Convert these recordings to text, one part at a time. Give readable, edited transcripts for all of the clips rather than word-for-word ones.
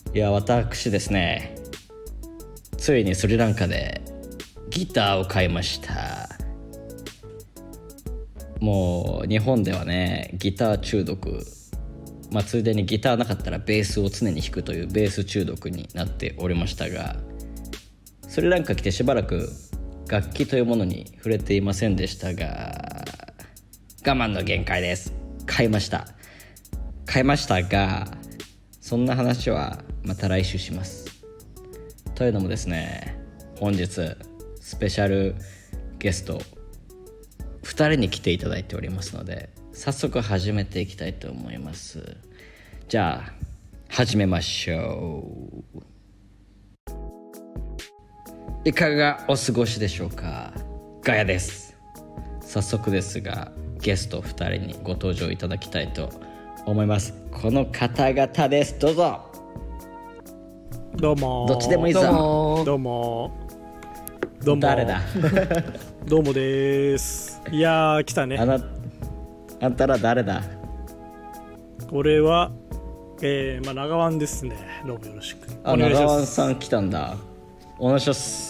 いや、私ですね、ついにスリランカでギターを買いました。もう日本ではね、ギター中毒、ついでにギターなかったらベースを常に弾くというベース中毒になっておりましたが、スリランカ来てしばらく楽器というものに触れていませんでしたが、我慢の限界です。買いましたが、そんな話はまた来週します。というのもですね、本日スペシャルゲスト2人に来ていただいておりますので、早速始めていきたいと思います。じゃあ始めましょう。いかがお過ごしでしょうか。ガヤです。早速ですが、ゲスト2人にご登場いただきたいと思います。この方々です。どうぞ。 どうも。 どっちでもいいぞ。 どうも。 誰だ。 どうもです。いやー来たね。 あんたら誰だ。 これは長湾ですね。どうもよろしくお願いします。 長湾さん来たんだ。お願いします。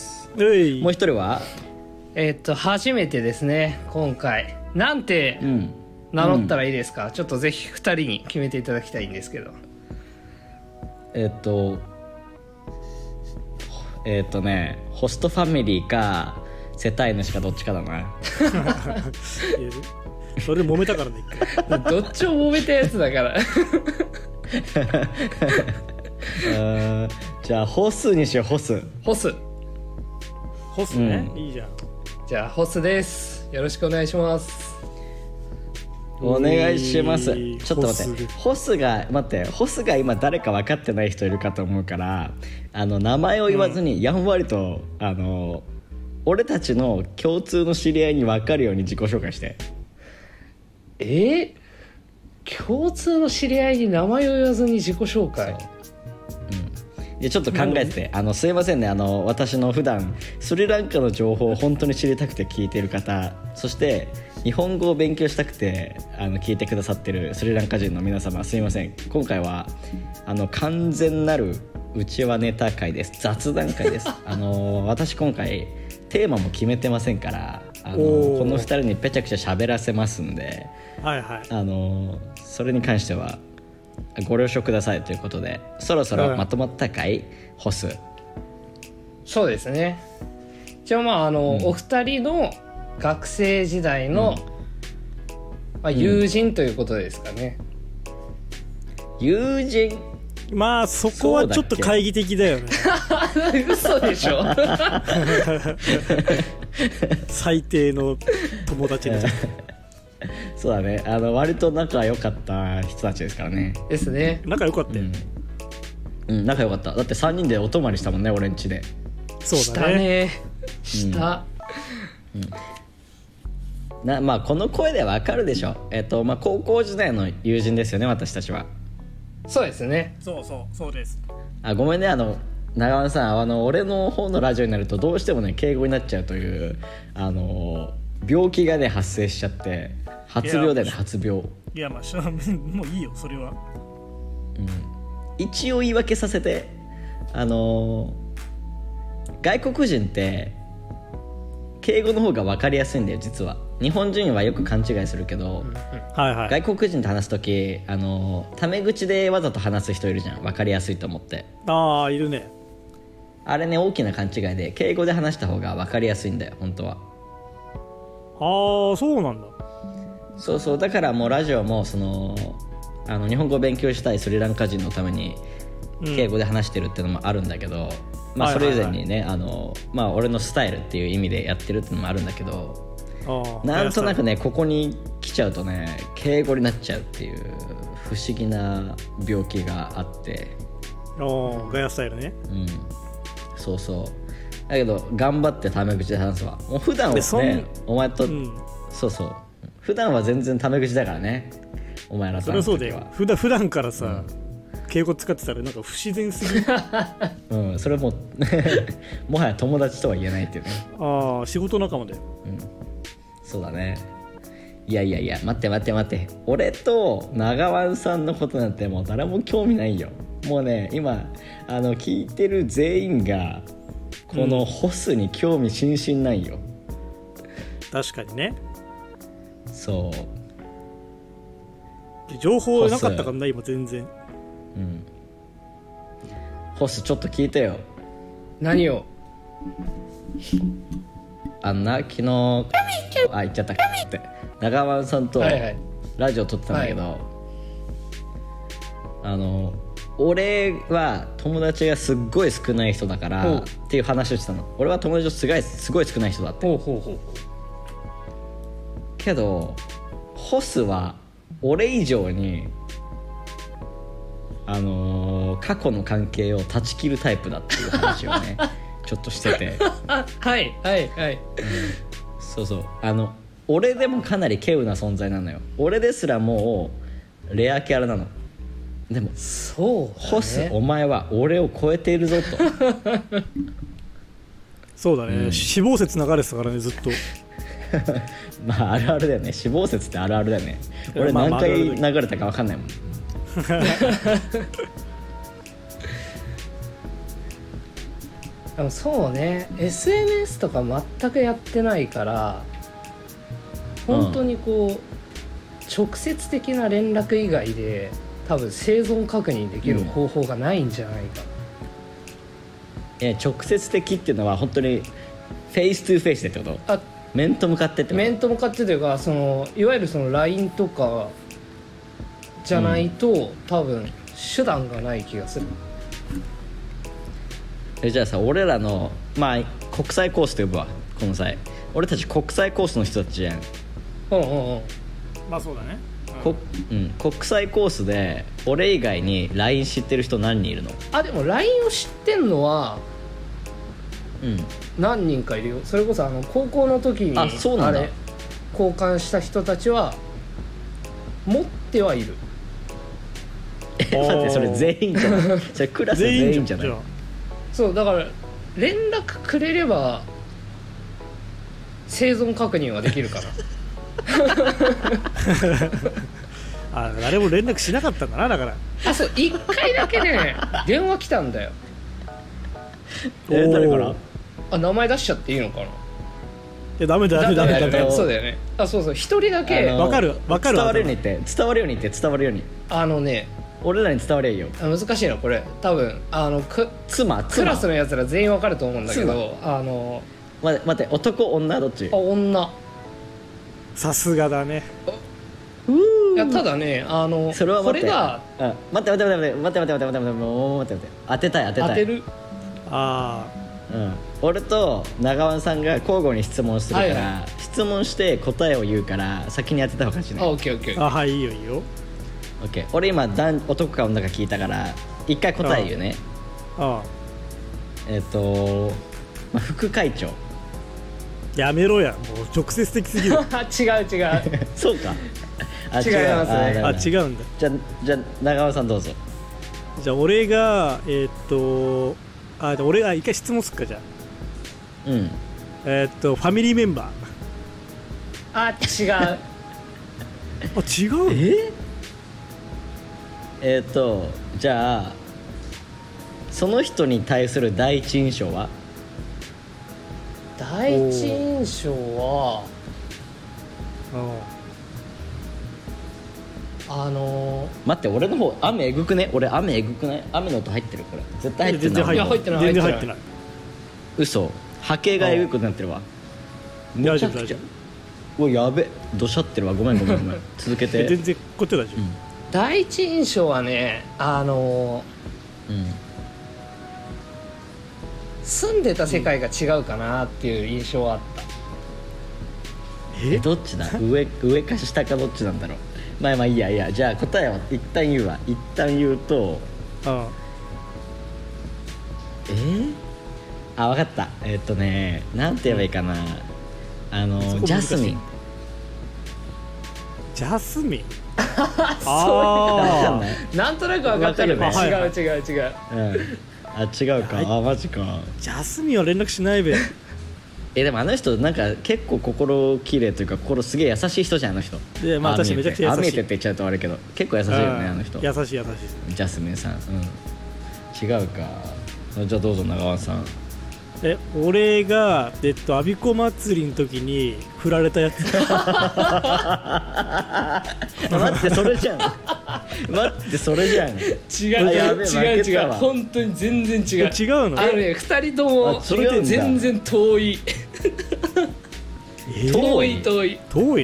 もう一人は初めてですね。今回なんて名乗ったらいいですか。ちょっとぜひ2人に決めていただきたいんですけど。 ホストファミリーか世帯主かどっちかだな。 それで揉めたからね一回。 どっちも揉めたやつだからじゃあホスにしよう。ホスね、いいじゃん。 じゃあホスです。よろしくお願いします。 お願いします。ちょっと待って、ホスが今誰か分かってない人いるかと思うから、名前を言わずにやんわりと、俺たちの共通の知り合いに分かるように自己紹介して。 共通の知り合いに名前を言わずに自己紹介。 でちょっと考えてて、すいませんね、私の普段スリランカの情報を本当に知りたくて聞いている方、そして日本語を勉強したくて聞いてくださってるスリランカ人の皆様、すいません。今回は完全なるうちわネタ会です。雑談会です。私今回テーマも決めてませんから、この2人にペチャクチャ喋らせますんで、 はいはい、 それに関してはご了承くださいということで、そろそろまとまったかい、ホス。 そうですね。じゃあお二人の学生時代の、友人ということですかね。 友人、 そこはちょっと懐疑的だよね。 嘘でしょ。 最低の友達みたいな。 そうだね、割と仲良かった人たちですからね。 ですね。 仲良かったよ。 仲良かった。だって3人でお泊まりしたもんね、俺ん家で。 そうだね。 した。 この声でわかるでしょ。高校時代の友人ですよね、私たちは。 そうですね。 そうです。 ごめんね、長湾さん、俺の方のラジオになるとどうしてもね敬語になっちゃうという病気がね発生しちゃって、発病だよね。発病。 いやもういいよそれは。 一応言い訳させて、外国人って敬語の方が分かりやすいんだよ実は。日本人はよく勘違いするけど、外国人と話すときタメ口でわざと話す人いるじゃん、分かりやすいと思って。 いるね。 あれね、大きな勘違いで、敬語で話した方が分かりやすいんだよ本当は。 そうなんだ。 そうだからもうラジオも日本語を勉強したいスリランカ人のために敬語で話してるっていうのもあるんだけど、それ以前にね、俺のスタイルっていう意味でやってるっていうのもあるんだけど、なんとなくねここに来ちゃうとね敬語になっちゃうっていう不思議な病気があって。 ガヤスタイルね。 そうだけど頑張ってタメ口で話すわ。もう普段はねお前と、普段は全然タメ口だからね、お前らと。 それはそうだよ。普段からさ、敬語使ってたらなんか不自然すぎる。 それももはや友達とは言えないっていうね。 仕事仲間だよ。 そうだね。いや待って、俺と長湾さんのことなんてもう誰も興味ないよ。 もうね今聞いてる全員がこのホスに興味津々なんよ、 確かにね。 そう情報なかったからな今全然。 ホスちょっと聞いてよ。 何を？ 昨日言っちゃったって長湾さんとラジオ撮ってたんだけど、俺は友達がすっごい少ない人だからっていう話をしてたの。俺は友達がすごい少ない人だって。けどホスは俺以上に過去の関係を断ち切るタイプだっていう話をねちょっとしててはいはいはい、 そうそう俺でもかなり稀有な存在なのよ。俺ですらもうレアキャラなの。でもそうだね、 ホスお前は俺を超えているぞとそうだね、死亡説流れてたからねずっとまああるあるだよね。死亡説ってあるあるだよね。俺何回流れたか分かんないもんでもそうね SNS とか全くやってないから本当にこう、直接的な連絡以外で多分生存確認できる方法がないんじゃないかな、 直接的っていうのは本当にフェイストゥフェイスでってこと？面と向かってってこと？ 面と向かってというかいわゆるLINE とかじゃないと、多分手段がない気がする。 じゃあさ俺らの国際コースと呼ぶわこの際。俺たち国際コースの人たちじゃん。 まあそうだね、 国際コースで俺以外に LINE 知ってる人何人いるの？ でも LINE を知ってんのは何人かいるよ。それこそ高校の時にそうなんだ。 交換した人たちは持ってはいる。 待ってそれ全員じゃないそれクラス全員じゃない？ そうだから連絡くれれば生存確認はできるから誰も連絡しなかったんだな。だからそう1回だけね電話来たんだよ。 誰から名前出しちゃっていいのかな。 いやダメだそうだよね。そう一人だけ分かる伝わるようにって俺らに伝わりゃいいよ。 難しいなこれ。多分妻クラスのやつら全員分かると思うんだけど待って男女どっち？ 女。 さすがだね。 いやただねそれはこれが待って当てたい当てる。 俺と長湾さんが交互に質問するから、質問して答えを言うから先に当てた方がいいね。 オッケー。 はいいいよいいよ。 オッケー。俺今男か女か聞いたから一回答え言うね。副会長。 やめろやもう直接的すぎる違うそうか違いますね。 違うんだ。 じゃあ長尾さんどうぞ。 じゃあ俺が俺が一回質問すっか。じゃあファミリーメンバー。 違う違う。 じゃあその人に対する第一印象は？ 第一印象は待って俺の方雨えぐくね？俺雨えぐくない？雨の音入ってる？これ絶対入ってない。 いや入ってない。 全然入ってない。 嘘。波形がえぐくなってるわ。 大丈夫大丈夫。おやべどしゃってるわ。ごめん続けて。 全然こっちは大丈夫。 第一印象はね住んでた世界が違うかなっていう印象はあった。 どっちだ？上か下かどっちなんだろう。まあいいやじゃあ答えは一旦言うと分かった。なんて言えばいいかな。ジャスミン。 ジャスミンなんとなく分かったけどね。違う違うか。マジか。 ジャスミンは連絡しないべ。 でもあの人なんか結構心綺麗というか心すげえ優しい人じゃん。あの人で確かにめちゃくちゃ優しい。 見えてって言っちゃうとあれけど結構優しいよね。あの人優しいジャスミンさん。 違うか。じゃあどうぞ長尾さん。 俺がアビコ祭りの時に振られたやつ待ってそれじゃん待ってそれじゃん。 違う本当に全然違う。 違うの？ あのね2人とも全然遠い遠い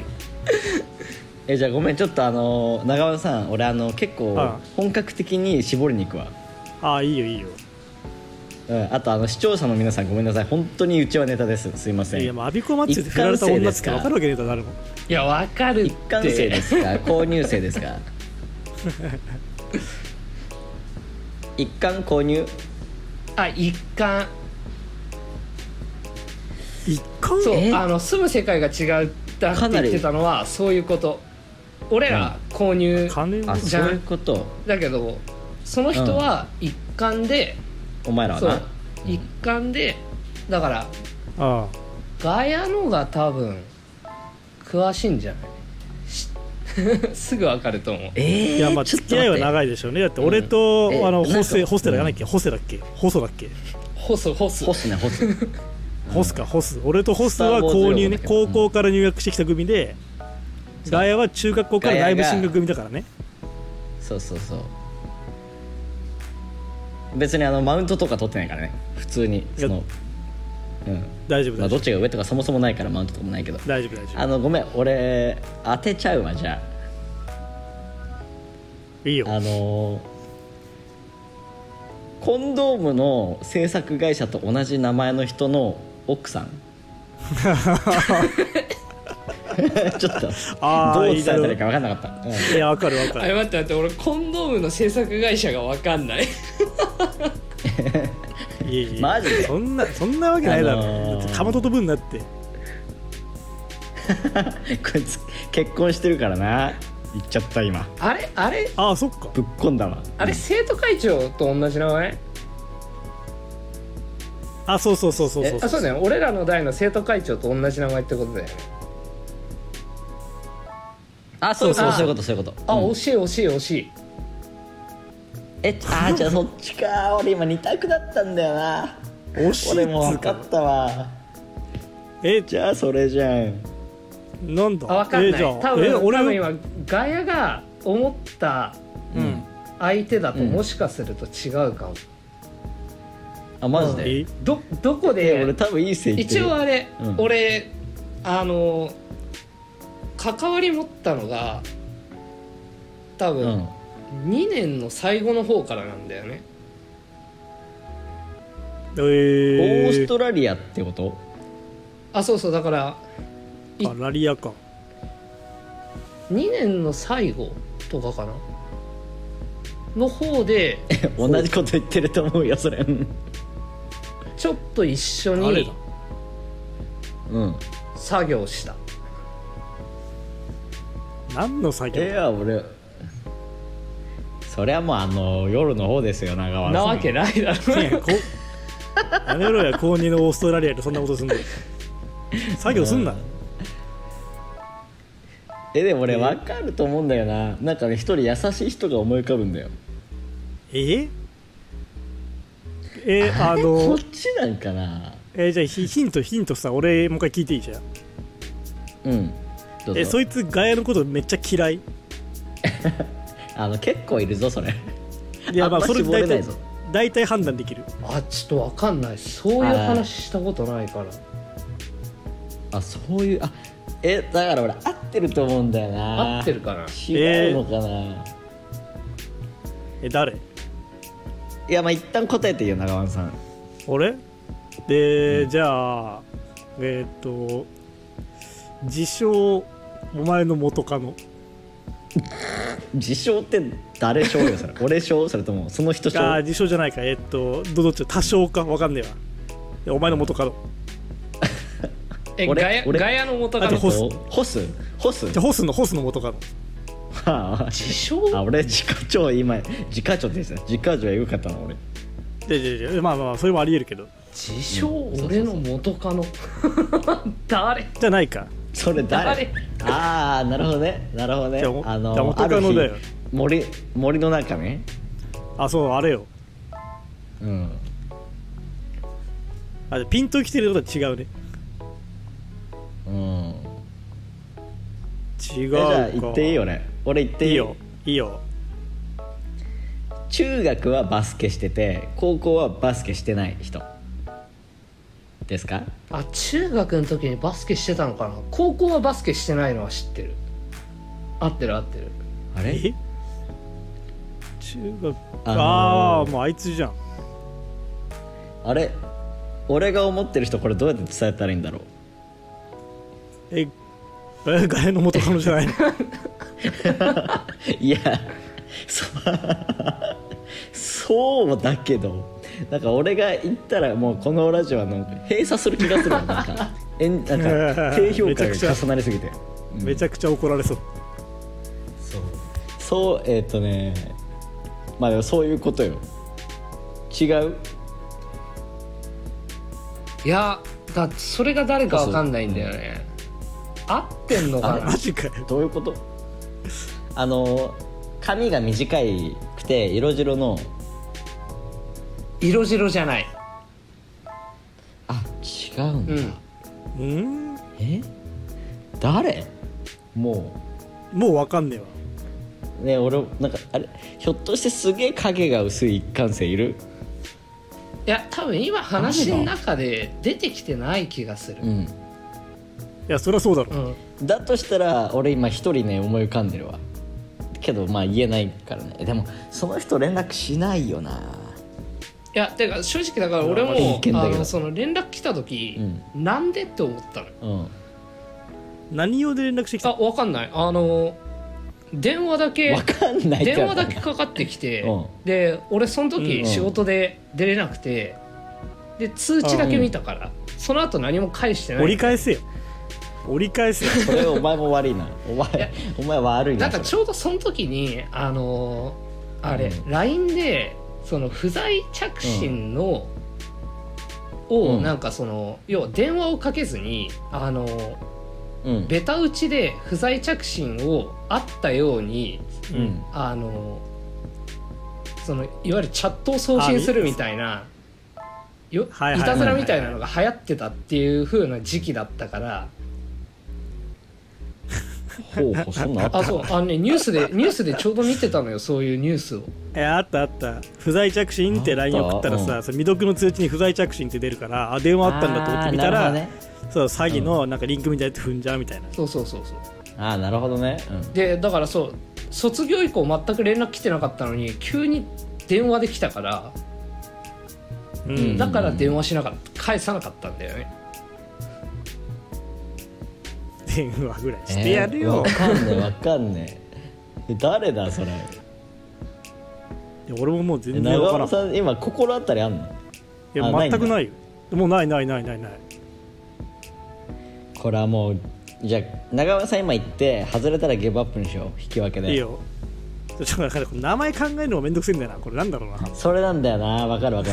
じゃあごめん、ちょっと長尾さん、俺結構本格的に絞りに行くわ。 ああ、いいよ。 あと視聴者の皆さんごめんなさい、本当にうちはネタです、すいません。 いや、もうアビコ祭りで振られた女って分かるわけねえだろ、誰も。 いや、分かるって。 一貫生ですか購入生ですか一貫購入。 一貫そう、住む世界が違ったって言ってたのはそういうこと。俺ら購入じゃん。 そういうことだけどその人は一貫で、 お前らはな、 一貫で、だからガヤのが多分詳しいんじゃないすぐ分かると思う。 いや、まあ付き合いは長いでしょうね。だって俺とホステだっけ、ホスだっけ、ホス俺とホスは購入ね、高校から入学してきた組で、ガヤは中学校から内部進学組だからね。 そう別にマウントとか取ってないからね、普通に大丈夫、 どっちが上とかそもそもないからマウントとかもないけど、 大丈夫。 ごめん、俺当てちゃうわ。じゃあいいよ。 コンドームの制作会社と同じ名前の人の奥さんちょっとどう伝えたらいいか分かんなかった。 いや、分かる。 待って俺コンドームの制作会社が分かんないいやマジでそんなわけないだろ。かまと飛ぶんだってこいつ結婚してるからな。言っちゃった今。 あれそっか、 ぶっこんだわ。 あれ生徒会長と同じ名前。 そうそうだよ。俺らの代の生徒会長と同じ名前ってことだよね。 そういうこと。 惜しい。 じゃあそっちか。俺今2択だったんだよな。 惜しい。 俺も分かったわ。じゃあそれじゃん。 なんだ。 分かんない。多分今ガヤが思った相手だともしかすると違うかも。 マジで。 どこで。 俺多分いい線いってる。 一応あれ、俺関わり持ったのが多分2年の最後の方からなんだよね。 オーストラリアってこと？ そうだからラリアか。 2年の最後とかかなの方で同じこと言ってると思うよそれちょっと一緒に作業した。 何の作業？ 俺それはもう夜の方ですよ、長尾さん。 なわけないだろやめろや、高2のオーストラリアでそんなことすんの作業すんな。 でも俺分かると思うんだよな。なんかね、一人優しい人が思い浮かぶんだよ。そっちなんかな。 じゃあヒントさ、俺もう一回聞いていいじゃん。どうぞ。そいつガヤのことめっちゃ嫌い結構いるぞそれ。 いや、それ大体判断できる。 ちょっと分かんない。そういう話したことないから。 そういうだから俺合ってると思うんだよな。 合ってるかな。 違うのかな。 誰？ いや、一旦答えていいよ、長尾さん。 俺じゃあ自称お前の元カノ。 自称って誰称よそれ俺称それともその人称？ 自称じゃないか。どっち多少か分かんねえわ。お前の元カノ。 ガヤの元カノ。 ホスじゃホスの元カノ。 自称？ 俺自家長今自家長ですね。自家長はよかったな俺。 それもありえるけど。 自称俺の元カノ誰？ じゃないか。 それ誰？なるほどね。 じゃあ元カノだよ。 森の中ね。 そう、あれよ。 うん。 あ、ピンときてるのとは違うね。 うん。 違うか。 じゃあ言っていいよね。俺言っていい？ いいよいいよ。 中学はバスケしてて高校はバスケしてない人ですか？ あ、中学の時にバスケしてたのかな。高校はバスケしてないのは知ってる。合ってる。 あれ？ 中学、ああ、もうあいつじゃん。 あれ、俺が思ってる人これどうやって伝えたらいいんだろう。 ガヤの元カノじゃないの？ いやそうだけど、なんか俺が言ったらもうこのラジオはなんか閉鎖する気がするなんか低評価が重なりすぎて、 めちゃくちゃ怒られそう。 そうまあでもそういうことよ。違う？ いや、だってそれが誰か分かんないんだよね。合ってんのかな。 マジかよ。 どういうこと？髪が短くて色白の。 色白じゃない。 あ、違うんだ。誰？もう分かんねえわね。俺なんかあれ、ひょっとしてすげえ影が薄い一貫性いる？ いや、多分今話の中で出てきてない気がする。 いや、そりゃそうだろ、 だとしたら俺今一人ね思い浮かんでるわけど、まあ言えないからね。でもその人連絡しないよな。 いや、てか正直だから俺もその連絡来た時、なんでって思ったの。 何用で連絡してきた？ 分かんない。電話だけかかってきて、で俺その時仕事で出れなくて、で通知だけ見たから、その後何も返してない。 折り返せよ。 それお前も悪いな。お前悪いな。 なんかちょうどその時にあれ、LINE でその不在着信の、なんかその要は電話をかけずにベタ打ちで不在着信をあったように、そのいわゆるチャットを送信するみたいな、いたずらみたいなのが流行ってたっていう風な時期だったから。 そんなあった？ そう、ニュースでちょうど見てたのよ、そういうニュースを。 あった不在着信って LINE 送ったらさ、未読の通知に不在着信って出るから、電話あったんだと思って見たら、そう詐欺のなんかリンクみたいなやつ踏んじゃうみたいな。 そうあ、なるほどね。 でだからそう、卒業以降全く連絡来てなかったのに急に電話で来たから、だから電話しなかった、返さなかったんだよね。 電話ぐらいしてやるよ。 わかんねえ。誰だそれ。 俺ももう全然わからん。 長尾さん今心当たりあんの？ いや全くないよ。もうない。 これはもうじゃあ長尾さん今言って外れたらギブアップにしよう。引き分けで。いいよ。ちょっとなんか名前考えるのがめんどくせえんだよな。これなんだろうな。 それなんだよな。わかる。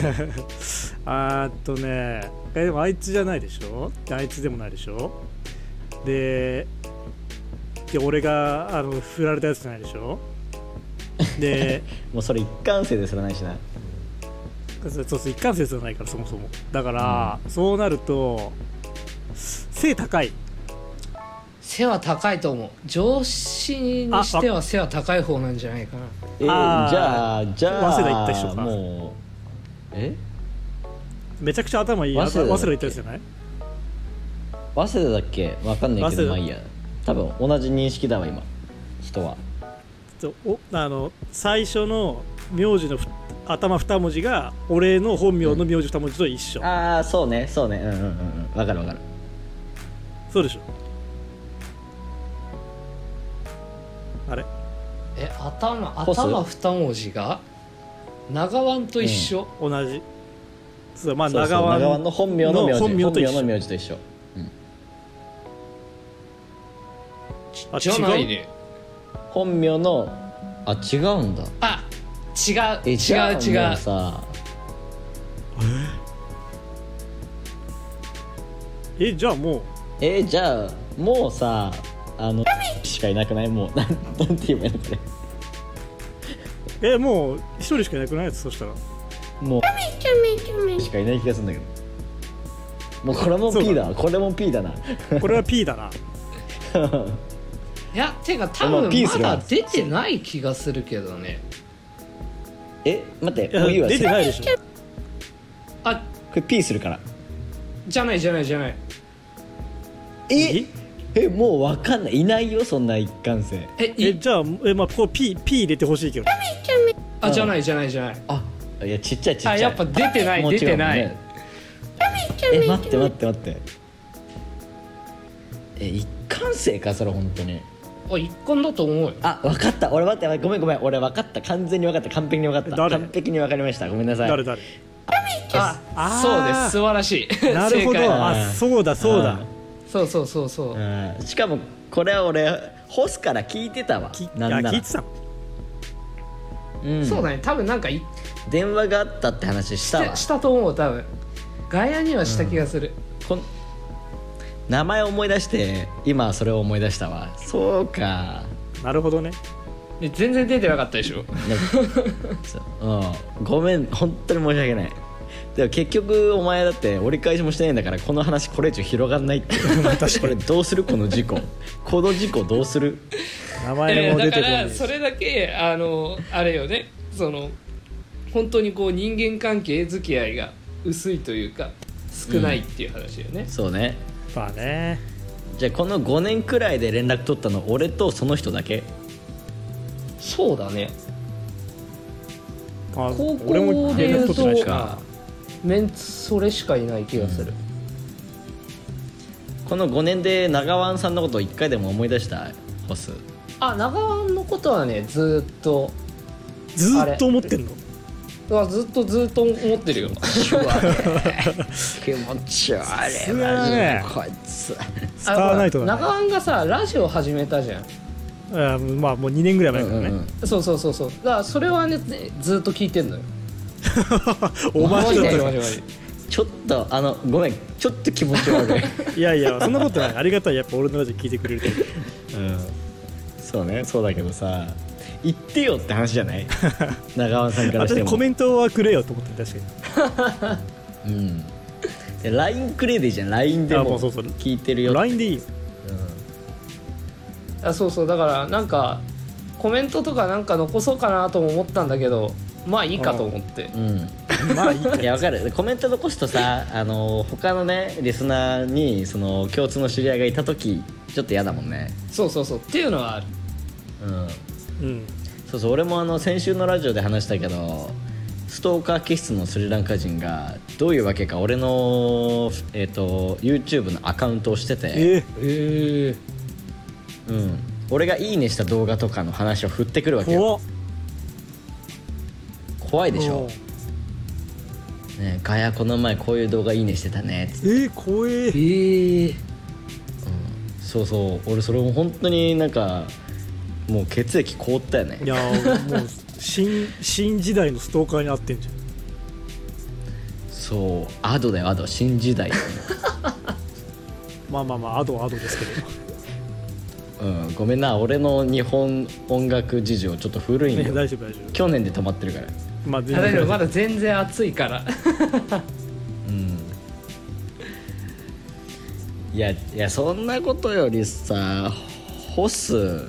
でもあいつじゃないでしょ。あいつでもないでしょ。で俺が振られたやつじゃないでしょ。でもうそれ一貫性ですらないしな。 そう一貫性すらないから、そもそもだから、そうなると背高い。 背は高いと思う。上司にしては背は高い方なんじゃないかな。 じゃあ早稲田行った人か。 もうめちゃくちゃ頭いい。早稲田行った人じゃない？ 早稲田だっけ？わかんないけど、まあいいや。多分同じ認識だわ今人は。 最初の名字の頭2文字が俺の本名の名字2文字と一緒。 ああ、そうね。わかる。 そうでしょ。あれ？ 頭2文字が長湾と一緒。 同じ。そう、まあ長湾の本名の名字と一緒。 じゃないね。 本名の違うんだ。 違う。 さじゃあもうさしかいなくない？もうなんて言えばいいのこれ。 もう一人しかいなくないやつ。そしたらもうしかいない気がするんだけど、もうこれも P だわ、これも P だなこれは P だな。 いやてか多分まだ出てない気がするけどね。 待って、もういいわ。 出てないでしょ。 あ、 これ P するからじゃない。 もう分かんない、いないよそんな一貫性。 じゃあまあここ P 入れてほしいけど。 じゃない。 あ、いやちっちゃい。 やっぱ出てない、 もちろんね。待って一貫性かそれ本当に。 一貫だと思うよ。 分かった。俺待って、ごめん、俺分かった、完全に分かった、完璧に分かった、完璧に分かりました。ごめんなさい。 誰そうです、素晴らしい。 なるほど。そうだそう。 しかもこれは俺ホスから聞いてたわ。なんなら聞いてたの。 そうだね、多分なんか電話があったって話したと思う。多分ガヤにはした気がする。 名前を思い出して今それを思い出したわ。そうか、 なるほどね。 全然出てなかったでしょごめん、本当に申し訳ない。でも結局お前だって折り返しもしてないんだから、この話これ以上広がんないってこれどうする、この事故どうする。 名前も出てこない。 だからそれだけあれよね、その本当にこう人間関係付き合いが薄いというか少ないっていう話よね。 そうね。 まあね。 じゃあこの5年くらいで連絡取ったの俺とその人だけ。 そうだね。高校俺もでいうと連絡取ってないしか。 それしかいない気がする。 この5年で長湾さんのことを1回でも思い出したホス。 長湾のことはねずっと思ってんの。 ずっと思ってるよ。 気持ち悪いね、 こいつ。 使わないとだね。 長湾がさラジオ始めたじゃん。 まあもう2年ぐらい前からね。 そうだからそれはねずっと聞いてんのよ。 お前ちょっとごめん、ちょっと気持ち悪い。 いやそんなことない。ありがたい、やっぱ俺のラジオ聞いてくれると。 そうね、そうだけどさ、言ってよって話じゃない。長尾さんからしても。 私コメントはくれよと思って。確かに。LINE くれでいいじゃん。 LINE でも聞いてるよって。 LINE でいいよ。 そうだからなんかコメントとかなんか残そうかなとも思ったんだけど、まあいいかと思って。 まあいいか。 いや分かる。コメント残すとさ、他のねリスナーにその共通の知り合いがいた時ちょっと嫌だもんね。 そうっていうのはある。 そう俺も先週のラジオで話したけど、ストーカー気質のスリランカ人がどういうわけか俺の、YouTube のアカウントをしてて、俺がいいねした動画とかの話を振ってくるわけよ。怖いでしょ。ね、ガヤこの前こういう動画いいねしてたねっつって。 怖え。 そう俺それも本当になんかもう血液凍ったよね。 いやもう新時代のストーカーに合ってんじゃん。 そうアドだよ、アド、新時代。 まあアドですけど。 ごめんな、俺の日本音楽事情ちょっと古いんよ。 大丈夫。 去年で止まってるから。 まだ全然暑いから。 いやそんなことよりさ、ホス、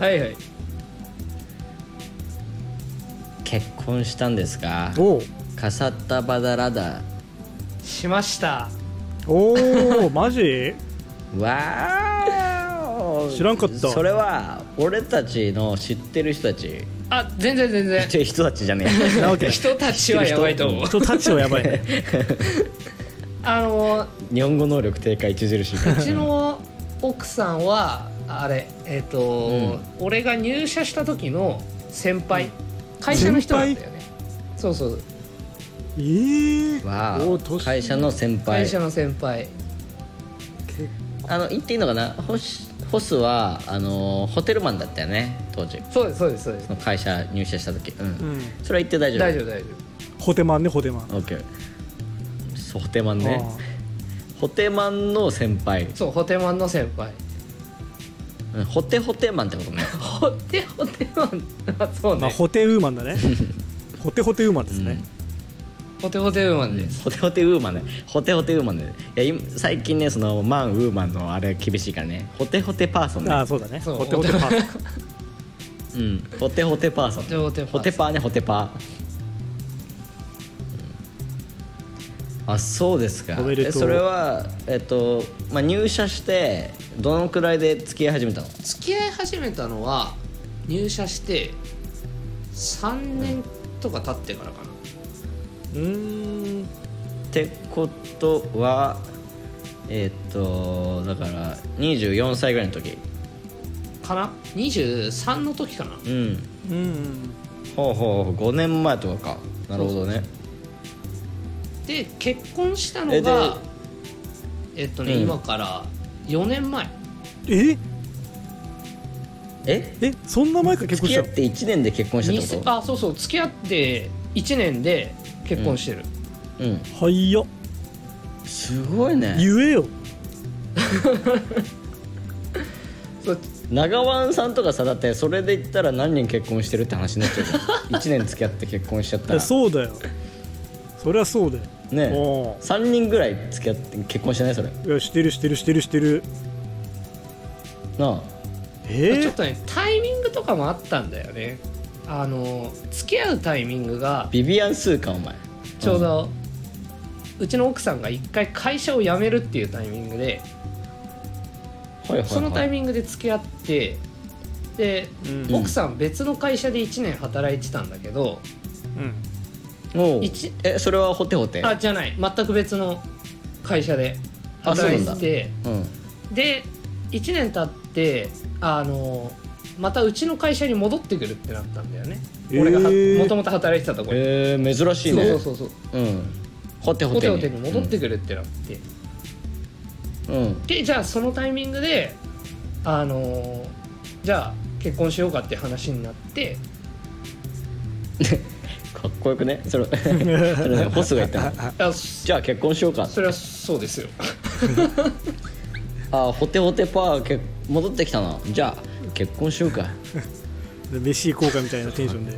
結婚したんですか？カサッタバダラダしました。 マジ？ わー、 知らんかった。 それは俺たちの知ってる人たち？ 全然人たちじゃねえ。 なわけ人たちはやばいと思う。 人たちはやばいね。 日本語能力低下著しい。 うちの奥さんはあれ俺が入社した時の先輩、会社の人なんだよね。そう。 わー、会社の先輩。言っていいのかな、ホスはホテルマンだったよね当時。 そうです。 その会社入社した時。それは言って大丈夫。 大丈夫。 ホテマンね。 オッケー。ホテマンね。ホテマンの先輩。 そう、ホテマンの先輩。 ホテマンってことね。 ホテマン。そうね。 ホテウーマンだね。ホテウーマンですね。 ホテホテウーマンです。 ホテホテウーマンね。ホテホテウーマンね。いや最近ねそのマンウーマンのあれ厳しいからね。ホテホテパーソンね。 ああそうだね。 そうホテホテパーソン。 うん。ホテホテパーソン。ホテパーねホテパー。あそうですか。 おめでとう。 それはまあ入社してどのくらいで付き合い始めたの？ 付き合い始めたのは入社して3年とか経ってからかな。 ってことはだから24歳ぐらいの時かな。23の時かな。 ほうほう5年前とかか。なるほどね。 で結婚したのが今から4年前。 そんな前から結婚したの？ 付き合って1年で結婚したってこと？ あそうそう付き合って1年で結婚してる。 はいよ。 すごいね。 言えよ。 長湾さんとかさだってそれで言ったら何人結婚してるって話になっちゃうじゃん。1年付き合って結婚しちゃったら。 そうだよ。そりゃそうだよね。3人ぐらい付き合って結婚してないそれ？ いやしてるなあ。 ちょっとねタイミングとかもあったんだよね。付き合うタイミングがビビアン・スーかお前ちょうど、うちの奥さんが一回会社を辞めるっていうタイミングで、そのタイミングで付き合ってで、奥さん別の会社で1年働いてたんだけど、 それはホテホテ？ じゃない全く別の会社で働いてて、で1年経ってまたうちの会社に戻ってくるってなったんだよね。俺がもともと働いてたところに。 珍しいね。 そうホテホテに戻ってくるってなって、でじゃあそのタイミングでじゃあ結婚しようかって話になってかっこよくねそれねホスが言ったの。じゃあ結婚しようかって。 それはそうですよ。 ホテホテパー戻ってきたな。じゃあ結婚しようか。 飯行こうかみたいなテンションで。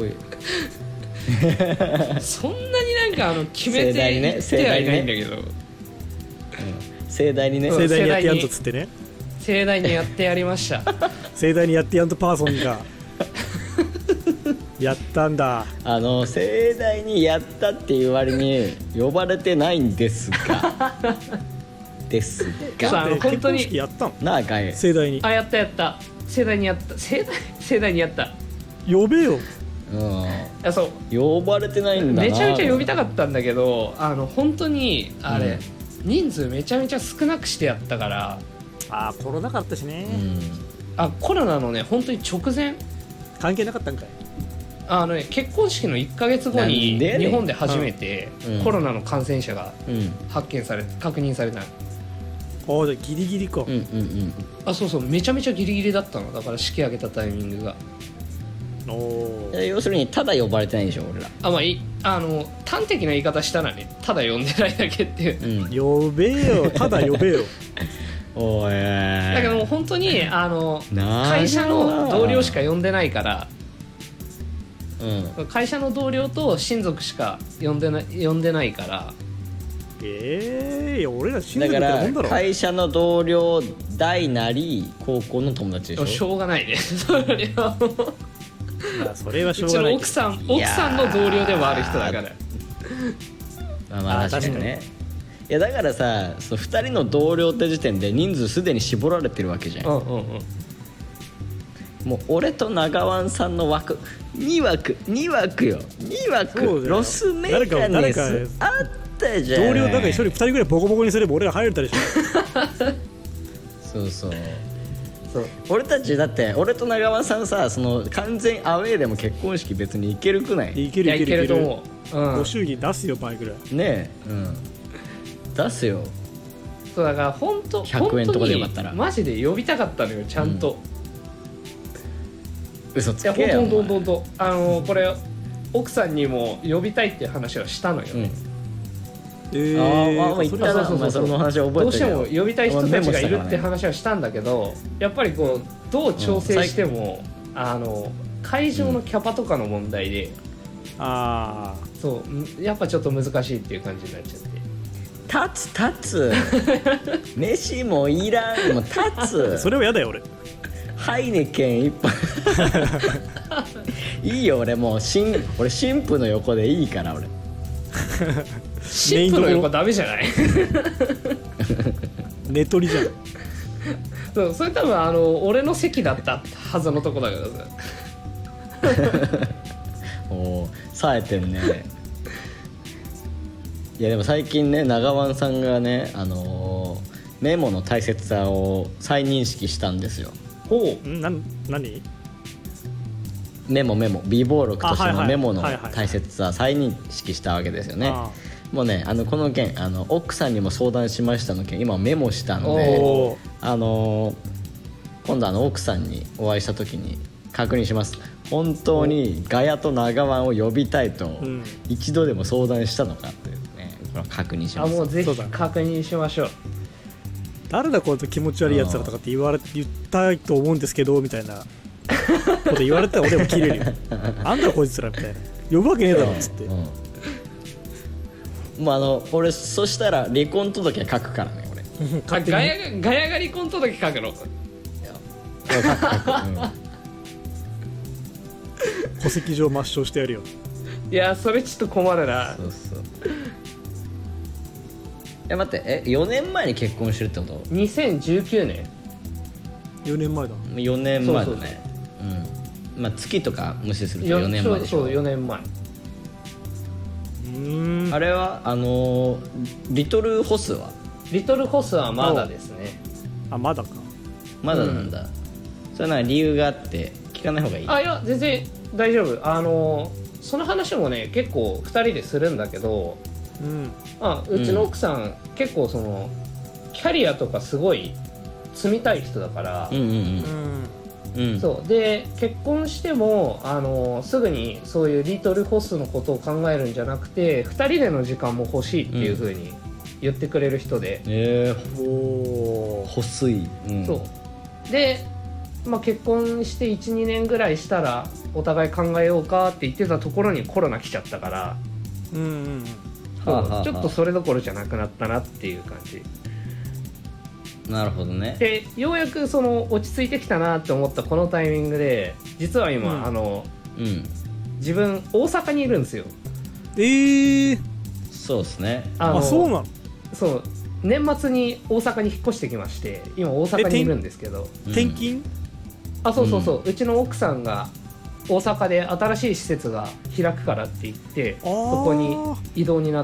そんなになんか決めて言ってはいないんだけど、 盛大にね。 盛大にやってやんとっつってね。 盛大にやってやりました。 盛大にやってやんとパーソンがやったんだ。 盛大にやったっていう割に呼ばれてないんですがですが本当にやったのなあかい。 盛大にやった盛大にやった盛大にやった。 呼べよ。 そう呼ばれてないんだな。 めちゃめちゃ呼びたかったんだけど本当にあれ、人数めちゃめちゃ少なくしてやったから。 コロナ禍あったしね。 コロナのね本当に直前関係なかったんかい。 結婚式の1ヶ月後に日本で初めてコロナの感染者が確認された。 じゃあギリギリか。 そうめちゃめちゃギリギリだったの。だから式挙げたタイミングが。 要するにただ呼ばれてないでしょ俺ら。 端的な言い方したらねただ呼んでないだけっていう、 呼べよただ呼べよ。 おいだけどもう本当に会社の同僚しか呼んでないから、会社の同僚と親族しか呼んでないから。 俺ら親族ってもんだろ。 だから会社の同僚大なり高校の友達でしょ。 しょうがないね。それはそれはしょうがない。 うちの奥さんの同僚でもある人だから。 まあ確かにね。いやだからさ2人の同僚って時点で人数すでに絞られてるわけじゃん。もう俺と長湾さんの枠2枠よ。2枠ロスメガネスあったじゃん。 同僚だから1人2人ぐらいボコボコにすれば俺ら入れたでしそょ。 う俺たちだって俺と長湾さんさ完全アウェーでも結婚式別に行けるくない？ いけると思う。 ご祝儀出すよ倍ぐらいねえ。出すよ。 そうだから本当 100円とかでよかったらマジで呼びたかったのよちゃんと。 嘘つけよ。 本当これ奥さんにも呼びたいっていう話はしたのよね。 言ったな。その話は覚えてるよ。 どうしても呼びたい人たちがいるって話はしたんだけど、やっぱりどう調整しても会場のキャパとかの問題でああそうやっぱちょっと難しいっていう感じになっちゃって立つ飯もいらん、もう立つそれはやだよ俺。 ハイネケン一杯いいよ俺もう俺神父の横でいいから俺神父の横ダメじゃない寝取りじゃん。 そうそれ多分俺の席だったはずのとこだけどさおお冴えてるね。いやでも最近ね長湾さんがねメモの大切さを再認識したんですよ。 お何メモ備忘録としてのメモのはいはい大切さ再認識したわけですよね。もうねこの件奥さんにも相談しましたの件今メモしたので今度奥さんにお会いした時に確認します。本当にガヤと長湾を呼びたいと一度でも相談したのかというねこれを確認します。 もうぜひ確認しましょう。 誰だこいつ気持ち悪いやつだとかって言ったいと思うんですけどみたいなこと言われたら俺も切れるよあんたこいつらみたいな呼ぶわけねえだろっつって、 もう俺そしたら離婚届書くからね俺ガヤが離婚届書くの戸籍上抹消してやるよ。 いやそれちょっと困るな。 そう待って4年前に結婚してるってこと？ 2019年 4年前だ。 4年前だね。まあ月とか無視すると4年前でしょ。 そう4年前。 あれはリトルホスはまだですね。 まだか。 まだなんだ。それは理由があって聞かない方がいい？ いや全然大丈夫。その話もね結構2人でするんだけど、うちの奥さん、結構そのキャリアとかすごい積みたい人だから、そうで結婚してもすぐにそういうリトルホスのことを考えるんじゃなくて2人での時間も欲しいっていう風に言ってくれる人で、 欲しい、 そうで、結婚して 1,2 年ぐらいしたらお互い考えようかって言ってたところにコロナ来ちゃったから、ちょっとそれどころじゃなくなったなっていう感じ。 なるほどね。 でようやくその落ち着いてきたなって思ったこのタイミングで実は今、自分大阪にいるんですよ。 そうですね。 そうなの。 そう年末に大阪に引っ越してきまして今大阪にいるんですけど。 転勤？ そう、うちの奥さんが大阪で新しい施設が開くからって言ってそこに異動になって。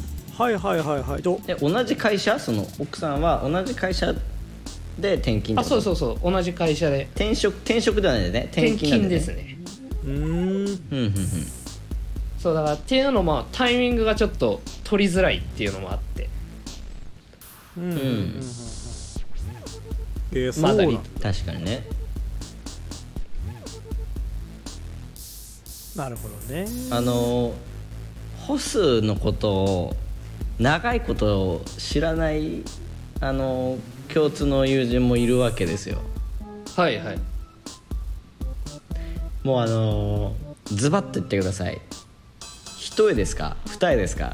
同じ会社？その奥さんは同じ会社で転勤ってこと？ そう同じ会社で転職ではないね。転勤ですね。 そうだからっていうのもタイミングがちょっと取りづらいっていうのもあって、 まだに確かにね。 なるほどね。 ホスのことを長いこと知らない共通の友人もいるわけですよ。もうズバッと言ってください。一重ですか二重ですか？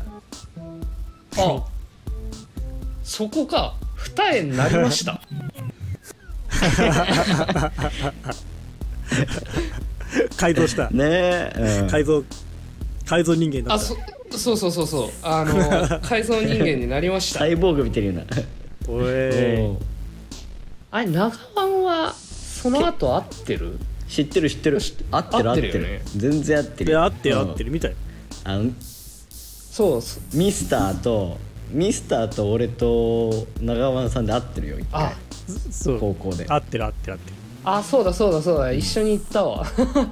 そこか。二重になりました改造したねえ、 改造人間だった。 そう改造人間になりましたサイボーグ見てるような。 あれ長湾はその後合ってる？ 知ってる合ってるよね。全然合ってる。 合ってるみたい。 そうミスターと俺と長湾さんで合ってるよ一回。高校で合ってる。 そうだ一緒に行ったわ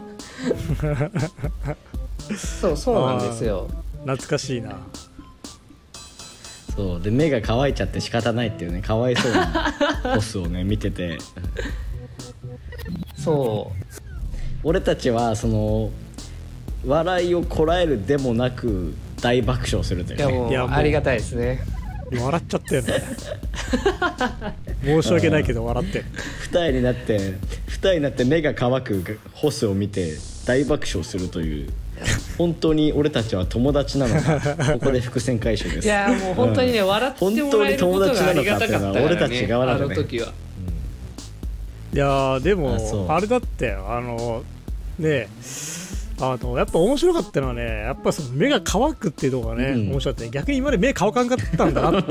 そうなんですよ。 懐かしいな。 そうで目が乾いちゃって仕方ないっていうね、かわいそうなボスをね見てて俺たちはその笑いをこらえるでもなく大爆笑するというね。 いやもうありがたいですね。 笑っちゃったよね申し訳ないけど笑って二重になって目が乾くホスを見て大爆笑するという本当に俺たちは友達なのかここで伏線回収です。 いやもう本当にね、笑ってもらえることがありがたかったからね、 俺たち側なあのね。 の時は。 いやーでもそうあれだったよ、ねやっぱ面白かったのはね、やっぱその目が乾くっていうのがね、 うん面白かったね。逆に今まで目乾かんかったんだなって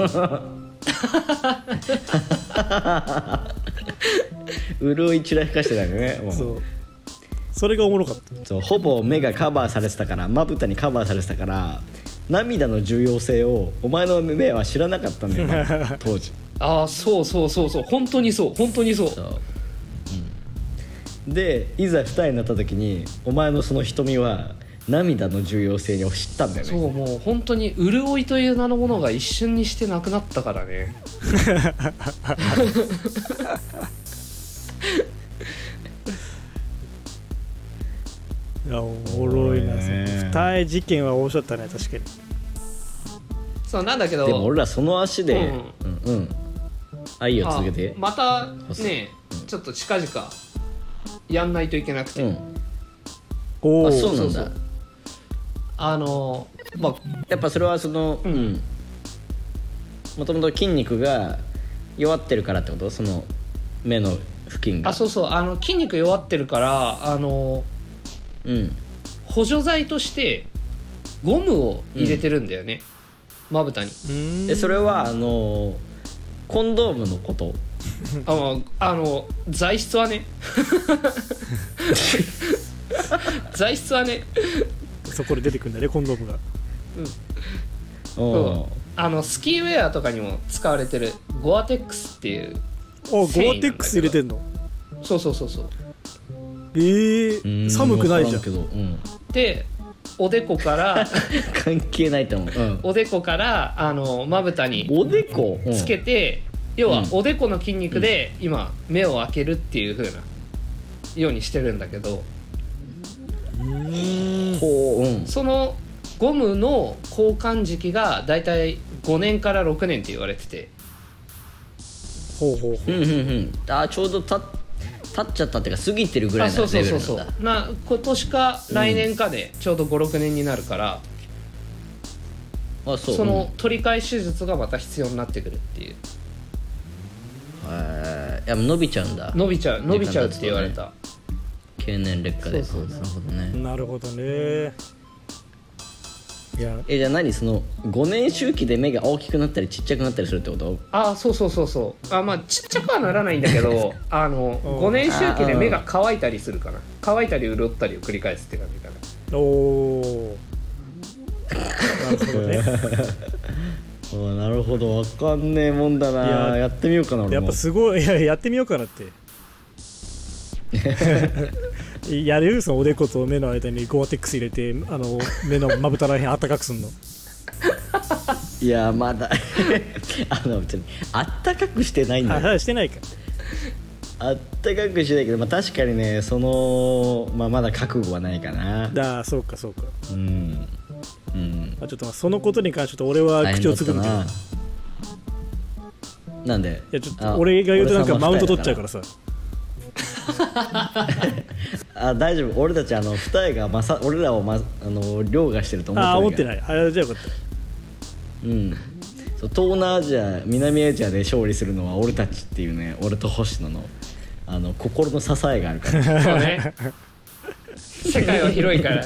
潤い散らかしてたよね。もうそう、それがおもろかった。 そうほぼ目がカバーされてたから、まぶたにカバーされてたから、涙の重要性をお前の目は知らなかったんだよまだ当時。 ああそうそうそうそう、本当にそう本当にそう。 そう、でいざ二重になった時にお前のその瞳は涙の重要性を知ったんだよね。 そう、もう本当に潤いという名のものが一瞬にしてなくなったからね。 いやおもろいな、その二重事件は面白かったね、確かに。 そうなんだけど、 でも俺らその足で、 うんうん愛を続けて、 またね、ちょっと近々やんないといけなくて、 おお、 あそうなんだ。 そうまあやっぱそれはそのもともと筋肉が弱ってるからってこと？その目の付近が。 そうそう、筋肉弱ってるからうん補助剤としてゴムを入れてるんだよね、まぶたに。 それはコンドームのこと？ 材質はね材質はねそこで出てくるんだね、コンドームが。 スキーウェアとかにも使われてるゴアテックスっていうゴアテックス入れてんの？ そうそうそうそう。 寒くないじゃん。 けど、 でおでこから関係ないと思う、 おでこからまぶたにおでこつけて、要はおでこの筋肉で今目を開けるっていう風なようにしてるんだけど、そのゴムの交換時期がだいたい5年から6年って言われてて、 ほうほうほう。 ちょうど経っちゃったっていうか過ぎてるぐらいのレベルなんだ。 そう今年か来年かでちょうど 5,6 年になるから、その取り替え手術がまた必要になってくるっていう。 いや伸びちゃうんだ。 伸びちゃうって言われた。 経年劣化で。 そうなるほどね。 なるほどね。いやじゃあ何、その5年周期で目が大きくなったりちっちゃくなったりするってこと？ そうまあちっちゃくはならないんだけど5年周期で目が乾いたりするかな。乾いたり潤ったりを繰り返すって感じかな。 おー、なるほどね。 なるほど、わかんねえもんだな。やってみようかな俺も。 やっぱすごい、やってみようかなってやれる？そのおでこと目の間にゴアテックス入れて目のまぶたらへんあったかくすんの？ いやまだ別にあったかくしてないんだよ。 してないか。 あったかくしてないけど、確かにね、まだ覚悟はないかな。 そうか。 ちょっとそのことに関して俺は口をつぐむけど。 なんで？ いやちょっと俺が言うとなんかマウント取っちゃうからさ。 大丈夫。俺たち二重が俺らを凌駕してると思ってる。 思ってない。じゃあよかった。 そう、東南アジア、南アジアで勝利するのは俺たちっていうね、俺と星野の心の支えがあるから。 そうね。世界は広いから。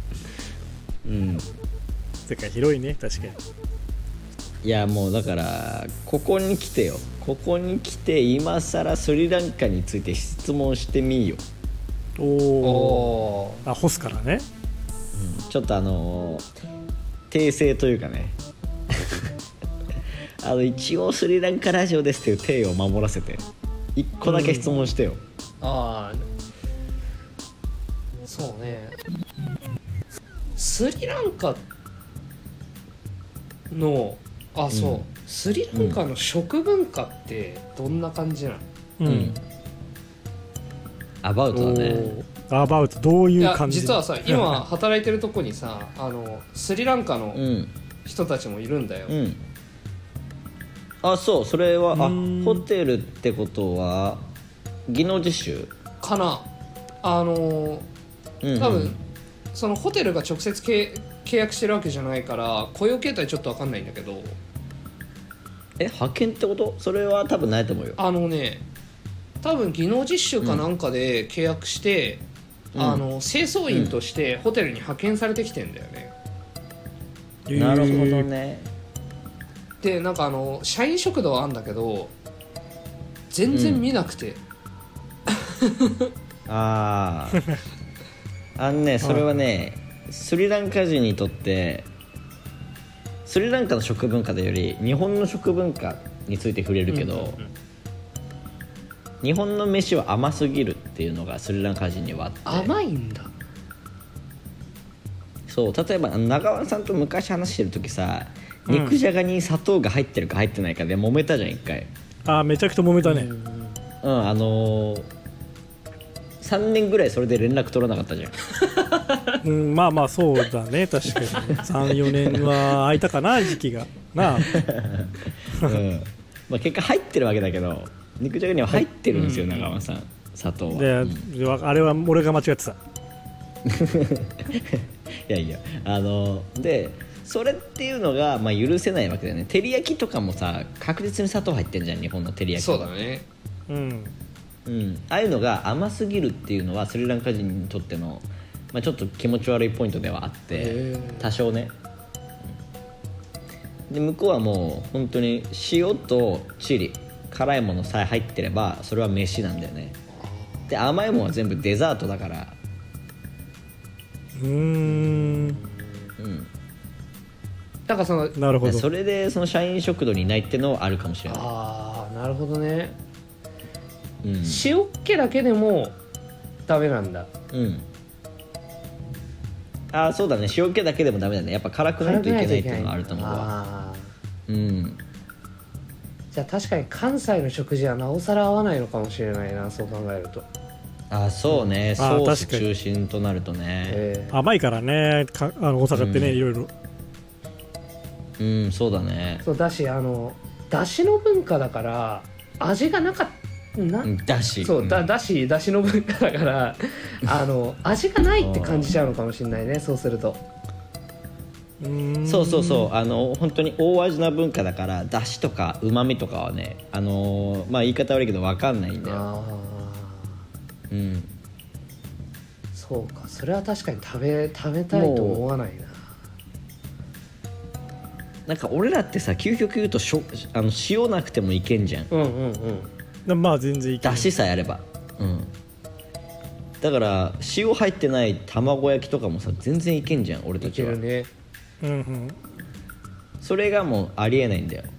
世界広いね、確かに。 いやもうだからここに来て今さらスリランカについて質問してみよ。 干すからね。 ちょっと訂正というかね一応スリランカラジオですっていう体を守らせて一個だけ質問してよ。 そうね、スリランカのスリランカの食文化ってどんな感じなの？ アバウトだね。 アバウトどういう感じ？ 実はさ、今働いてるとこにさスリランカの人たちもいるんだよ。 そう、それはホテルってことは技能実習かな。多分そのホテルが直接契約してるわけじゃないから雇用形態ちょっと分かんないんだけど、 派遣ってこと？それは多分ないと思うよ。 多分技能実習かなんかで契約して、清掃員としてホテルに派遣されてきてんだよね、 なるほどね。 でなんか社員食堂あんだけど全然見なくて、 あそれはね、スリランカ人にとってスリランカの食文化というより日本の食文化について触れるけど、日本の飯は甘すぎるっていうのがスリランカ人にはあって。 甘いんだ。 そう例えば長尾さんと昔話してる時さ、肉じゃがに砂糖が入ってるか入ってないかで揉めたじゃん一回。 めちゃくちゃ揉めたね。 3年ぐらいそれで連絡取らなかったじゃん。 まあそうだね、確かに34年は空いたかな時期がな。 結果入ってるわけだけど肉じゃがには入ってるんですよ、長尾さん砂糖は。 であれは俺が間違ってた。 いやでそれっていうのが、許せないわけだよね。照り焼きとかもさ確実に砂糖入ってんじゃん日本の照り焼き。 そうだね。 ああいうのが甘すぎるっていうのはスリランカ人にとっての、ちょっと気持ち悪いポイントではあって多少ね。で向こうはもう本当に塩とチリ辛いものさえ入ってればそれは飯なんだよね。で甘いものは全部デザートだから。 だからなるほど。 それでその社員食堂にいないっていうのはあるかもしれない。 なるほどね。塩っ気だけでもダメなんだ。 そうだね、塩気だけでもダメだね。やっぱ辛くないといけないっていうのがあると思うわ。 じゃあ確かに関西の食事はなおさら合わないのかもしれないな、そう考えると。 そうね、ソース中心となるとね、 甘いからね、大阪ってね、いろいろ。 そうだね。 そうだしだしの文化だから味がなかった。 だしそう、だしの文化だから味がないって感じちゃうのかもしれないね、そうすると。 そう本当に大味な文化だからだしとかうまみとかはね、言い方悪いけど分かんないんだよ。 そうか、それは確かに食べたいと思わないな。 なんか俺らってさ究極言うと塩なくてもいけんじゃん。 まあ全然いける。 だしさえあれば。だから塩入ってない卵焼きとかもさ全然いけんじゃん俺たちは。 いけるね。 それがもうありえないんだよ。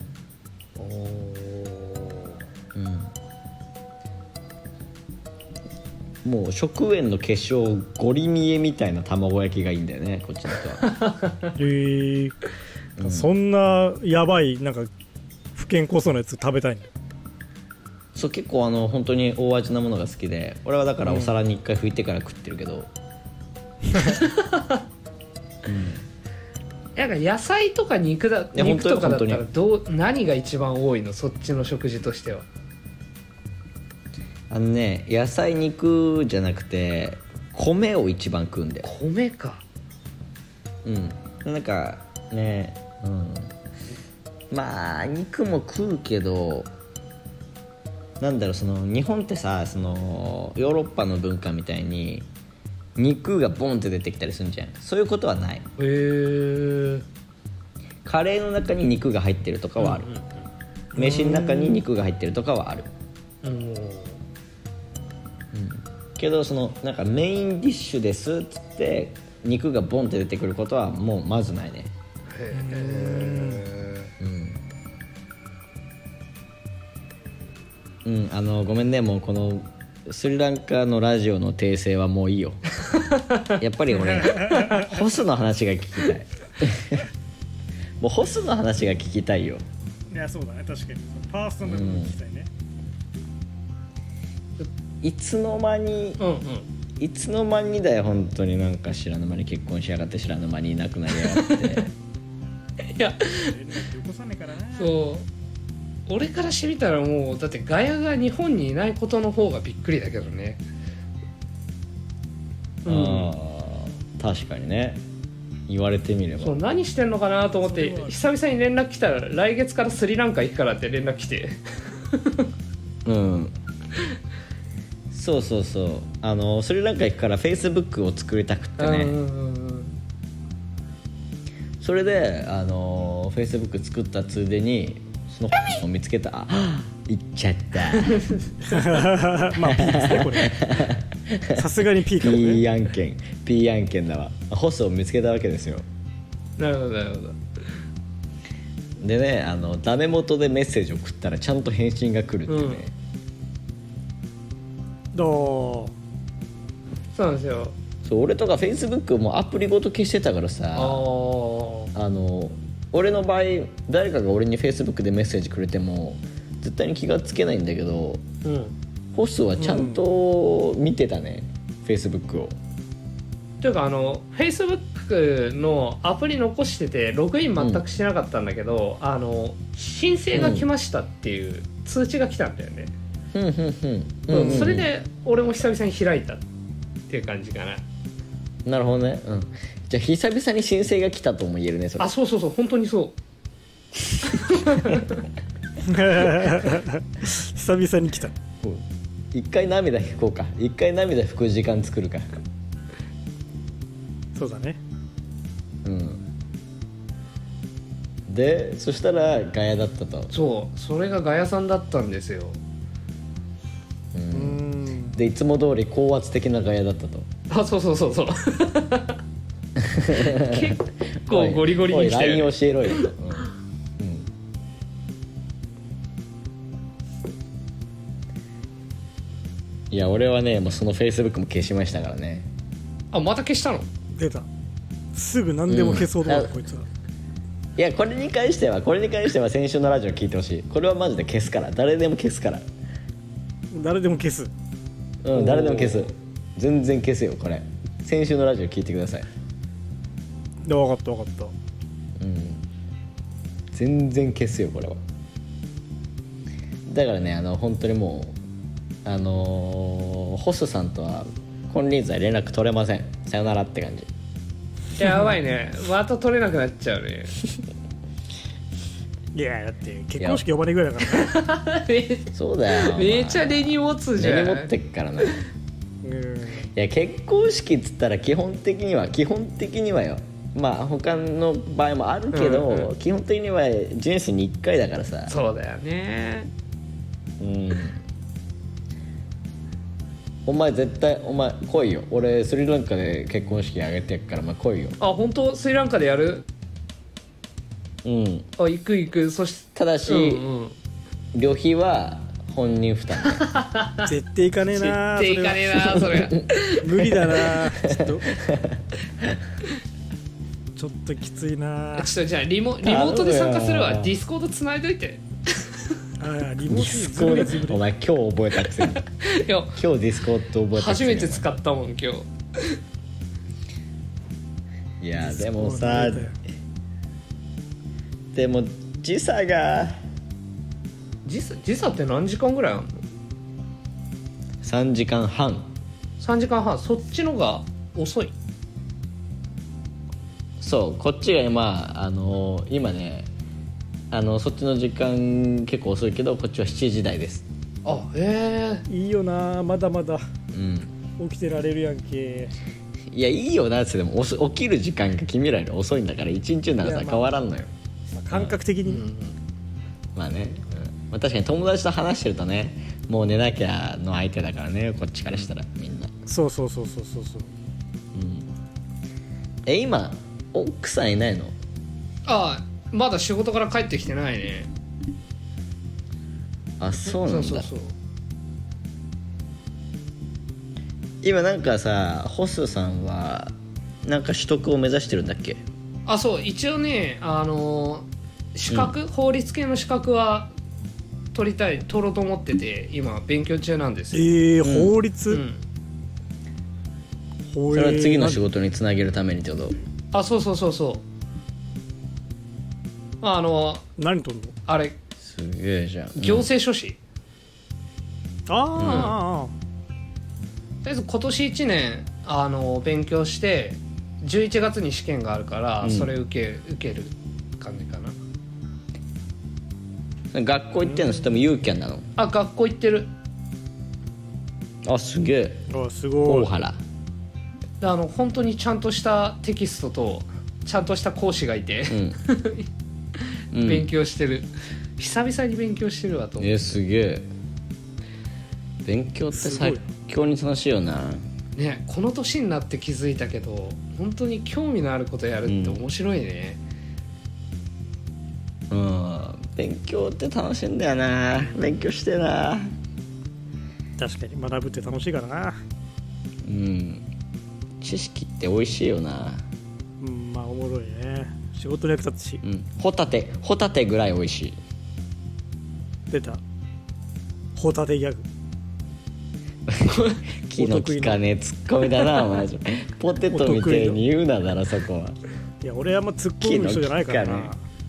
もう食塩の結晶ゴリ見えみたいな卵焼きがいいんだよねこっちの人は。 そんなやばいなんか不健康そうなやつ食べたいんだ。 そう結構本当に大味なものが好きで、俺はだからお皿に一回拭いてから食ってるけど。 なんか野菜とか肉とかだったら何が一番多いの、そっちの食事としては。 野菜肉じゃなくて米を一番食うんだよ。 米か。 なんかね、肉も食うけど、なんだろう、日本ってさヨーロッパの文化みたいに肉がボンって出てきたりするんじゃん。そういうことはない。カレーの中に肉が入ってるとかはある。飯の中に肉が入ってるとかはある。けどなんかメインディッシュですっつって肉がボンって出てくることはもうまずないね。ごめんね、もうこのスリランカのラジオの訂正はもういいよ。やっぱり俺ホスの話が聞きたい。もうホスの話が聞きたいよ。 いやそうだね、確かにパーソナルに聞きたいね。 いつの間にだよ本当に。なんか知らぬ間に結婚しやがって、知らぬ間にいなくなりやがって。 いやそう俺からしてみたらもうだってガヤが日本にいないことの方がびっくりだけどね。 確かにね、言われてみれば。 そう何してんのかなと思って久々に連絡来たら来月からスリランカ行くからって連絡来てうん、そうそうそう、スリランカ行くからフェイスブックを作りたくってね、それでフェイスブック作ったついでにそのを見つけた。あ、行っちゃったまあ P ですねこれ。さすがに P かもね。 P 案件だわ。ホスを見つけたわけですよ。 なるほどなるほど。 でね、ダメ元でメッセージを送ったらちゃんと返信が来るっていうね、 どそうなんですよ。 そう俺とかフェイスブックもアプリごと消してたからさ、俺の場合誰かが俺にフェイスブックでメッセージくれても絶対に気がつけないんだけど、ホスはちゃんと見てたね、フェイスブックを。 というかFacebook のアプリ残しててログイン全くしてなかったんだけど、申請が来ましたっていう通知が来たんだよね。それで俺も久々に開いたっていう感じかな。 なるほどね、じゃあ久々に申請が来たとも言えるねそれ。 あ、そうそうそう、本当にそう。 久々に来た。 一回涙拭こうか。一回涙拭く時間作るか。 そうだね。 でそしたらガヤだったと。 そう、それがガヤさんだったんですよ。 でいつも通り高圧的なガヤだったと。 あ、そうそうそうそう。結構ゴリゴリに来たよね。 おい LINE 教えろよと、いや俺はねもうその Facebook も消しましたからね。 あ、また消したの？ 出た。すぐ何でも消そうと思う、こいつは。 いやこれに関しては先週のラジオ聞いてほしい。これはマジで消すから。誰でも消すから。 誰でも消す。 誰でも消す。全然消すよこれ。先週のラジオ聞いてください。 で分かった分かった。 全然消すよこれは。だからね本当にもうホスさんとは金輪際連絡取れません。さよならって感じ。 やばいね。また取れなくなっちゃうね。 いやだって結婚式呼ばれぐらいだからね。 そうだよ。 めちゃ根に持つじゃん。 根に持ってっからな。いや結婚式っつったら基本的にはよ、まあ他の場合もあるけど、基本的には人生に1回だからさ。 そうだよね。 お前絶対来いよ。俺スリランカで結婚式あげてやっから、来いよ。 あ、本当？スリランカでやる？あ、行く。そしただし、旅費は本人負担。 絶対行かねえな。 絶対行かねえなそれ。 無理だな。ちょっときついな。 ちょっとじゃあリモートで参加するわ。ディスコードつないどいて。 リモート。 お前今日覚えたくせに。今日ディスコード覚えたくせに。 初めて使ったもん今日。 いやでもさ、時差が時差って何時間ぐらいあんの ？3時間半。 3時間半。そっちのが遅い？ そうこっちが今ねそっちの時間結構遅いけどこっちは7時台です。 あ、 いいよな。まだまだ起きてられるやんけ。 いやいいよなってでも起きる時間が君らより遅いんだから一日の長さ変わらんのよ。 感覚的にまあね、確かに友達と話してるとねもう寝なきゃの相手だからねこっちからしたらみんな。 そう、 今奥さんいないの？ あ、まだ仕事から帰ってきてないね。 あ、そうなんだ。 そう今なんかさホスさんはなんか取得を目指してるんだっけ？ あ、そう一応ね資格、法律系の資格は取ろうと思ってて今勉強中なんですよ。 法律、 それは次の仕事につなげるためにってこと？ あ、そう何取るの？ あれすげえじゃん。 行政書士、 とりあえず今年1年勉強して 11月に試験があるから、 うんそれ受ける感じかな。 学校行ってんの？それともユーキャンなの？ あ、学校行ってる。 あ、すげえ。 あすごい。 大原。 本当にちゃんとしたテキストとちゃんとした講師がいて、 うん勉強してる。久々に勉強してるわと思う。 すげえ。勉強って最強に楽しいよな。 ね、この年になって気づいたけど、本当に興味のあることやるって面白いね。 勉強って楽しいんだよな。勉強してな。 確かに学ぶって楽しいからな。 知識って美味しいよな。 まあおもろいね。仕事に役立つし。 ホタテぐらい美味しい。 出たホタテギャグ。 気の利かねえツッコミだなお前。ポテトみたいに言うなだろそこは。 いや俺あんま突っ込む人じゃないからな。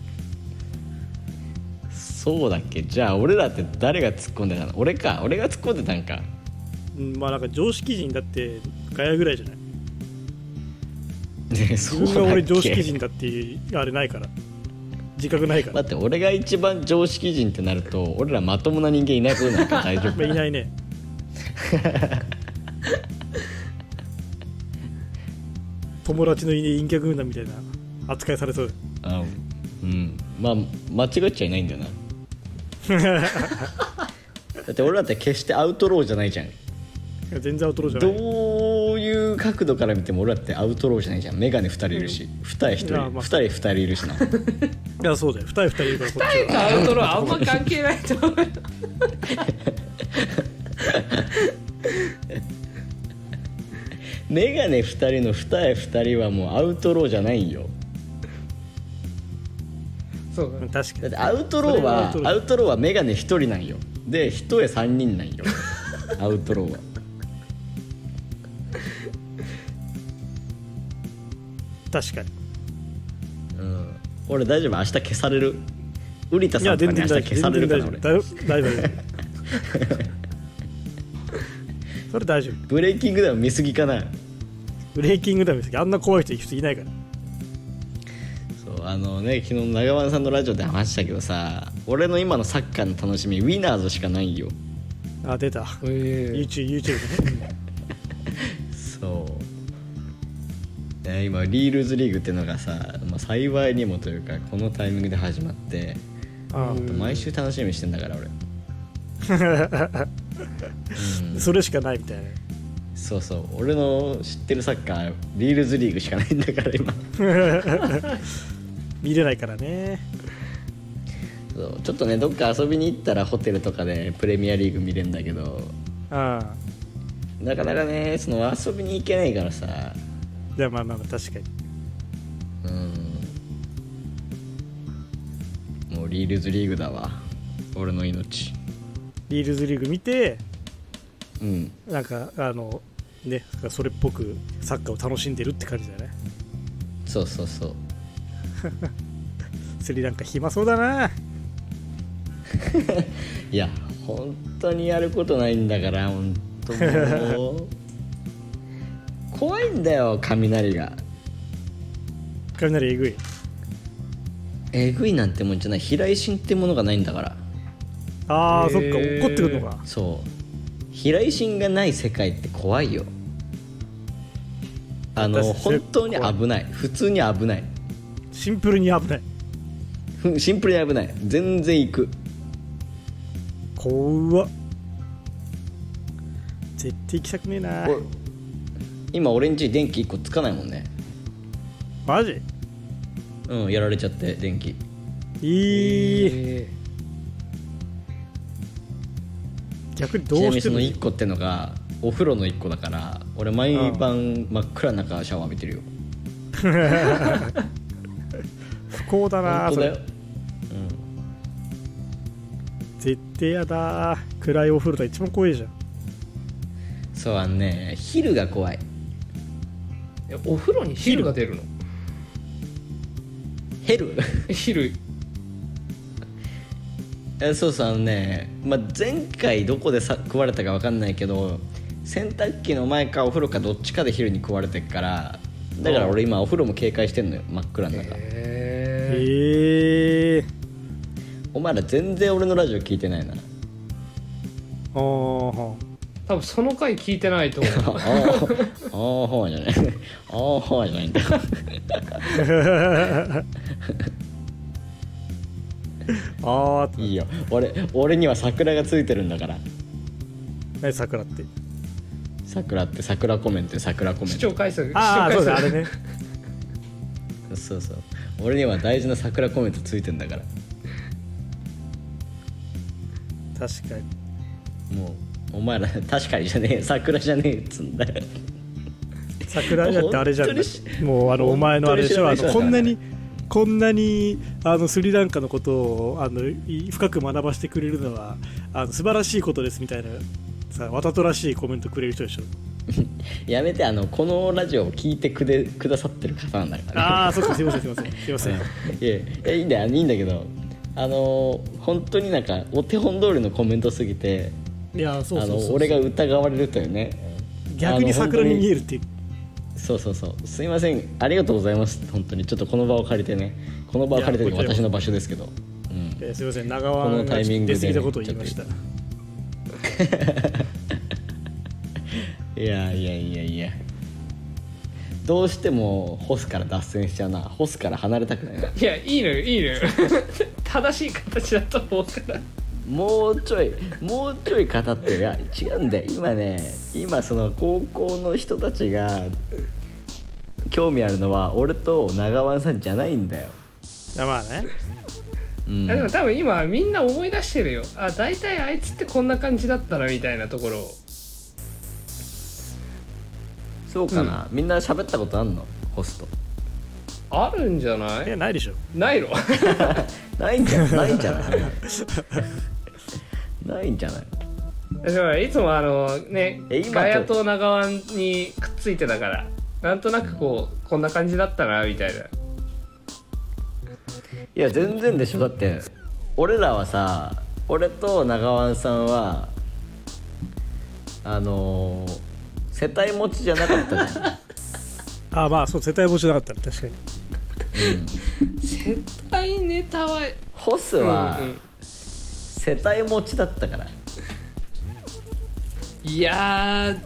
そうだっけ。じゃあ俺らって誰が突っ込んでたの？俺が突っ込んでたんか。 まあなんか常識人だってガヤぐらいじゃない。 ね、 自分が俺常識人だっていうあれないから自覚ないから。 だって俺が一番常識人ってなると俺らまともな人間いないことなんか大丈夫？ いないね。友達の家陰キャ軍団みたいな扱いされそう。 まあ間違っちゃいないんだよな。だって俺らって決してアウトローじゃないじゃん。 いや全然アウトローじゃない。 どういう角度から見ても俺らってアウトローじゃないじゃん。メガネ2人いるし、二重1人、2人いるしな。 いやそうだよ。二人いるからこっち二重とアウトローあんま関係ないと思う。 メガネ2人の二重2人はもうアウトローじゃないよ。 そうだね。 確かに。 だってアウトローはメガネ1人なんよ。で一重3人なんよ。アウトローは。 確かに。 俺大丈夫？明日消される？瓜田いやさんとかに全然明日消されるかな俺。 大丈夫。それ大丈夫。 ブレイキングダウン見すぎかな。 ブレイキングダウンですけどあんな怖い人いないから。 そう昨日長丸さんのラジオで話したけどさ、俺の今のサッカーの楽しみウィナーズしかないよ。 あ出た。YouTube でね。 そう今リールズリーグっていうのがさ、幸いにもというかこのタイミングで始まって毎週楽しみにしてんだから俺。 それしかないみたいな。 そう俺の知ってるサッカーリールズリーグしかないんだから今。 見れないからね。 そうちょっとねどっか遊びに行ったらホテルとかでプレミアリーグ見れるんだけど、なかなかねその遊びに行けないからさ。 いやまあ確かに。もうリールズリーグだわ俺の命。 リールズリーグ見てなんかねそれっぽくサッカーを楽しんでるって感じだよね。 そうスリランカ暇そうだな。 いや本当にやることないんだから本当もう怖いんだよ雷が。 雷えぐいなんてもんじゃない。飛来心ってものがないんだから。 そっか怒ってくるのか。 そう飛来心がない世界って怖いよ。本当に危ない。普通に危ない。 シンプルに危ない。 全然行く。 怖っ。絶対行きたくねえな。 今俺んち電気1個つかないもんね。 マジ？ やられちゃって電気。 逆にどうしてるの？ ちなみにその1個ってのがお風呂の1個だから俺毎晩真っ暗な中シャワー浴びてるよ。 不幸だな。 本当だよ。 絶対やだ。暗いお風呂が一番怖いじゃん。 そう昼が怖い。 お風呂に昼が出るの？ 昼そう前回どこで食われたか分かんないけど洗濯機の前かお風呂かどっちかで昼に食われてっからだから俺今お風呂も警戒してんのよ、真っ暗の中。お前ら全然俺のラジオ聞いてないな。 多分その回聞いてないと思う。 ああじゃないああじゃないんだよいいよ、俺には桜がついてるんだから。 何桜って？ 桜って桜コメント、桜コメント視聴回数ああそうだあれねそうそう、俺には大事な桜コメントついてんだから。 確かに。 もうお前ら確かにじゃねえ、桜じゃねえっつんだよ。 桜だってあれじゃん、もうお前のあれでしょ、こんなにスリランカのことを深く学ばせてくれるのは素晴らしいことですみたいなさ、わざとらしいコメントくれる人でしょやめて、このラジオを聞いてくださってる方なんだからね。 ああそうか、すいませんいやいいんだけど、本当になんかお手本通りのコメントすぎて、 いやそう俺が疑われるというね。 逆に桜に見えるっていう。 そうすいません、ありがとうございます。本当にちょっとこの場を借りてね、この場を借りて私の場所ですけど、 すいません、長湾が出過ぎたことを言いました。 いやどうしてもホスから脱線しちゃうな。ホスから離れたくないな。 いや、いいのよ正しい形だと思うから。 もうちょい語って。いや違うんだよ、今その高校の人たちが興味あるのは俺と長湾さんじゃないんだよ。 まあね、 でも多分今みんな思い出してるよ。大体あいつってこんな感じだったなみたいなところを。 そうかな、みんな喋ったことあんの？ホストあるんじゃない？ ないでしょ。 ないの？ ないんじゃないないんじゃない。 だからいつもガヤと長湾にくっついてたから、なんとなくこんな感じだったなみたいな。 いや全然でしょ。だって俺らはさ、俺と長湾さんは世帯持ちじゃなかったじゃん。 まあそう、世帯持ちなかったら確かに。 世帯ネタはホスは、世帯持ちだったから。 いや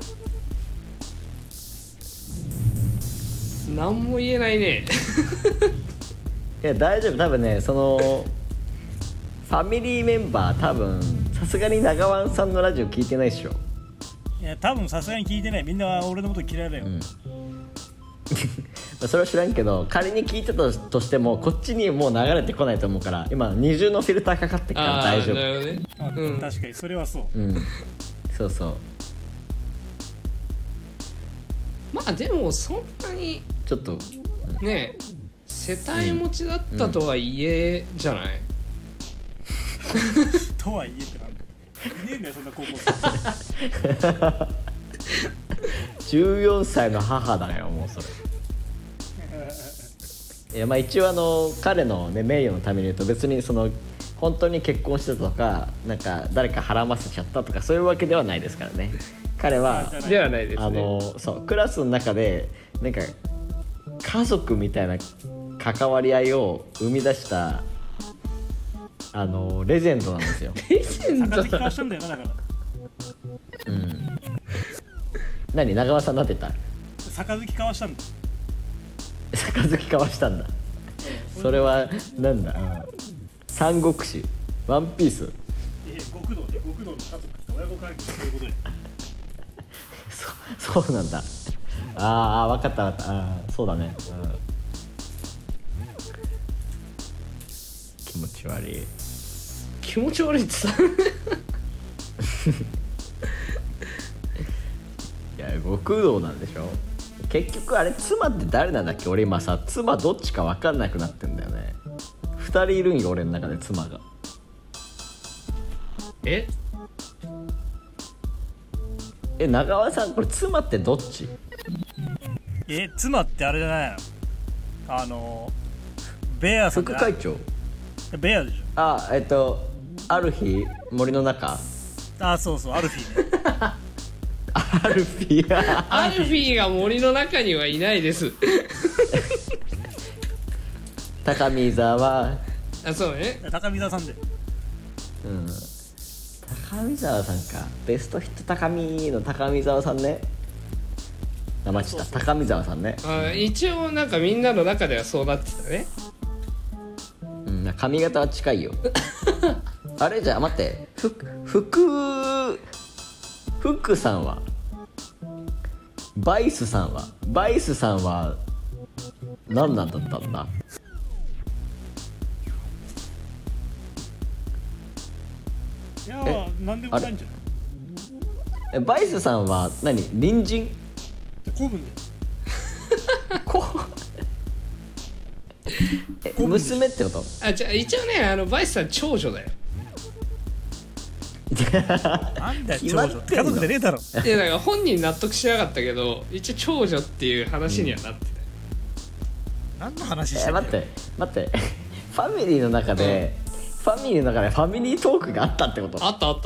何も言えないね。 いや大丈夫、多分ね、そのファミリーメンバー多分さすがに長湾さんのラジオ聞いてないっしょ。 いや多分さすがに聞いてない。みんな俺のこと嫌いだよ、 それは知らんけど、仮に聞いてたとしてもこっちにもう流れてこないと思うから、今二重のフィルターかかってっから大丈夫。 なるほどね。 確かにそれはそう。 そうそう。 まあでもそんなにちょっとね世帯持ちだったとはいえじゃない、 とはいえってなんだよ。いねえんだよそんな高校生。 14歳の母だよもうそれ。いやまあ一応彼の、ね、名誉のために言うと、別にその本当に結婚してたとか、なんか誰か絡ませちゃったとかそういうわけではないですからね。彼はではないですね。 そうクラスの中でなんか家族みたいな関わり合いを生み出したレジェンドなんですよ。 レジェンド杯交わしたんだよな、だから。 何、長尾さんなんて言った？ 杯交わしたんだ。 杯交わしたんだ。それはなんだ、三国志、ワンピース。 極道の家族って親子関係そういうことで。 そうなんだ。分かったそうだね、気持ち悪いってさ。いや極道なんでしょ。結局あれ妻って誰なんだっけ。俺今さ妻どっちか分かんなくなってんだよね。2人いるんよ俺の中で妻が。長尾さんこれ妻ってどっち？ 妻ってあれじゃないの？ベアさん副会長。 ベアでしょ。 ある日森の中。 そうアルフィーね。 アルフィーアルフィーが森の中にはいないです高見沢。 あ、そうね。 高見沢さんで。 うん、高見沢さんか。ベストヒット高見の高見沢さんね。間違った、高見沢さんね。 一応なんかみんなの中ではそうなってたね。 うん、髪型は近いよあれじゃあ待って、福さんは、バイスさんは何なんだったんだ。 いやなんでもないんじゃない。 バイスさんは何、隣人。 古文で。 娘ってこと。 じゃあ一応ね、バイスさん長女だよ。 なんだよ決ま長ってんの女。家族でねえだろ。 いやだから本人納得しなかったけど、一応長女っていう話にはなってたよ。 何の話してんだよ。 待ってファミリーの中で、ファミリートークがあったってこと。 あった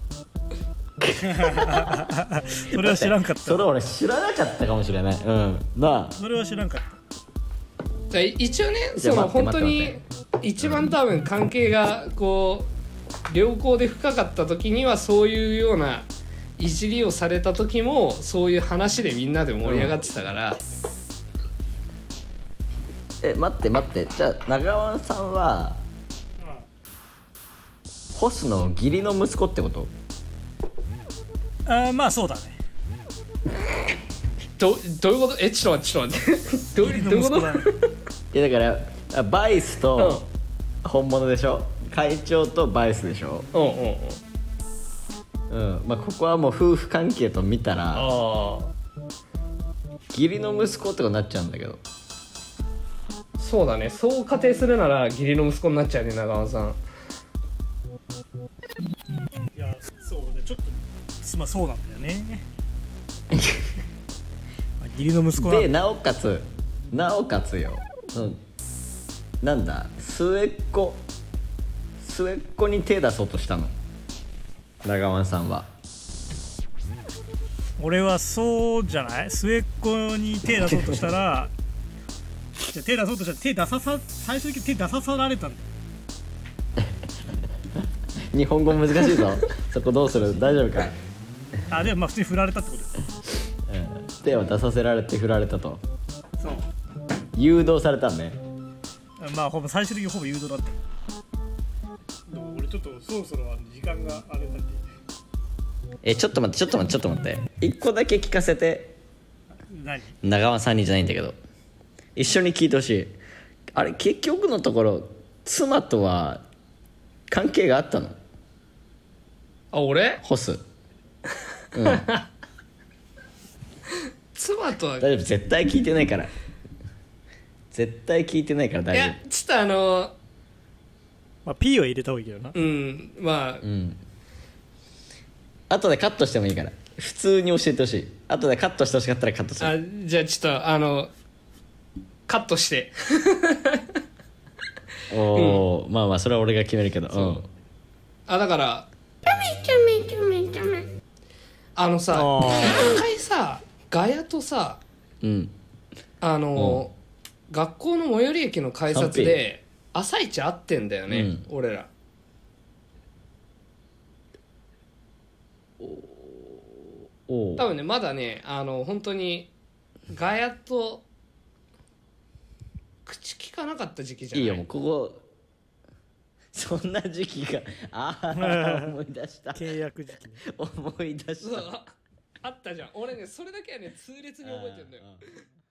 それは知らんかった。 それ俺知らなかったかもしれない。うんなあ。 それは知らんかった。 一応ね、 じゃあ本当待にって一番多分関係がこう良好で深かった時にはそういうようないじりをされた時もそういう話でみんなで盛り上がってたから、 待ってじゃあ長尾さんはホスの義理の息子ってこと。 まあそうだね。 どういうこと。ちょっと待ってどういうこと。 いやだからバイスと本物でしょ、会長とバイスでしょ。まあここはもう夫婦関係と見たら義理の息子ってことになっちゃうんだけど。 そうだね、そう仮定するなら義理の息子になっちゃうね、長尾さん。 いやそうね、ちょっとまあそうなんだよね義理の息子なんだでなおかつよ、なんだ末っ子に手出そうとしたの長尾さんは。 俺はそうじゃない。末っ子に手出そうとしたらじゃ手出そうとしたら最初に手出ささられたんだよ。 日本語難しいぞそこどうする、大丈夫か。 でもまあ普通に振られたってことです。 手を出させられて振られたと。 そう誘導されたんね。 まあほぼ最終的にほぼ誘導だった。でも俺ちょっとそろそろ時間があれなんで。 ちょっと待って一個だけ聞かせて。 何。 長尾さんにじゃないんだけど一緒に聞いてほしい。あれ結局のところ妻とは関係があったの。 俺ホス妻とは大丈夫、絶対聞いてないから大丈夫。 いやちょっとまあ P は入れた方がいいけどな。 まあ、 後でカットしてもいいから、普通に教えてほしい。後でカットしてほしかったらカットする。 じゃあちょっとカットしてまあまあそれは俺が決めるけど。 だからさ、一回さガヤとさ、学校の最寄り駅の改札で朝一会ってんだよね、俺ら。多分ねまだね本当にガヤと口聞かなかった時期じゃない。 いいよもうここそんな時期が思い出した契約時期ね。 思い出した。 あったじゃん。俺ねそれだけはね痛烈に覚えてるんだよ。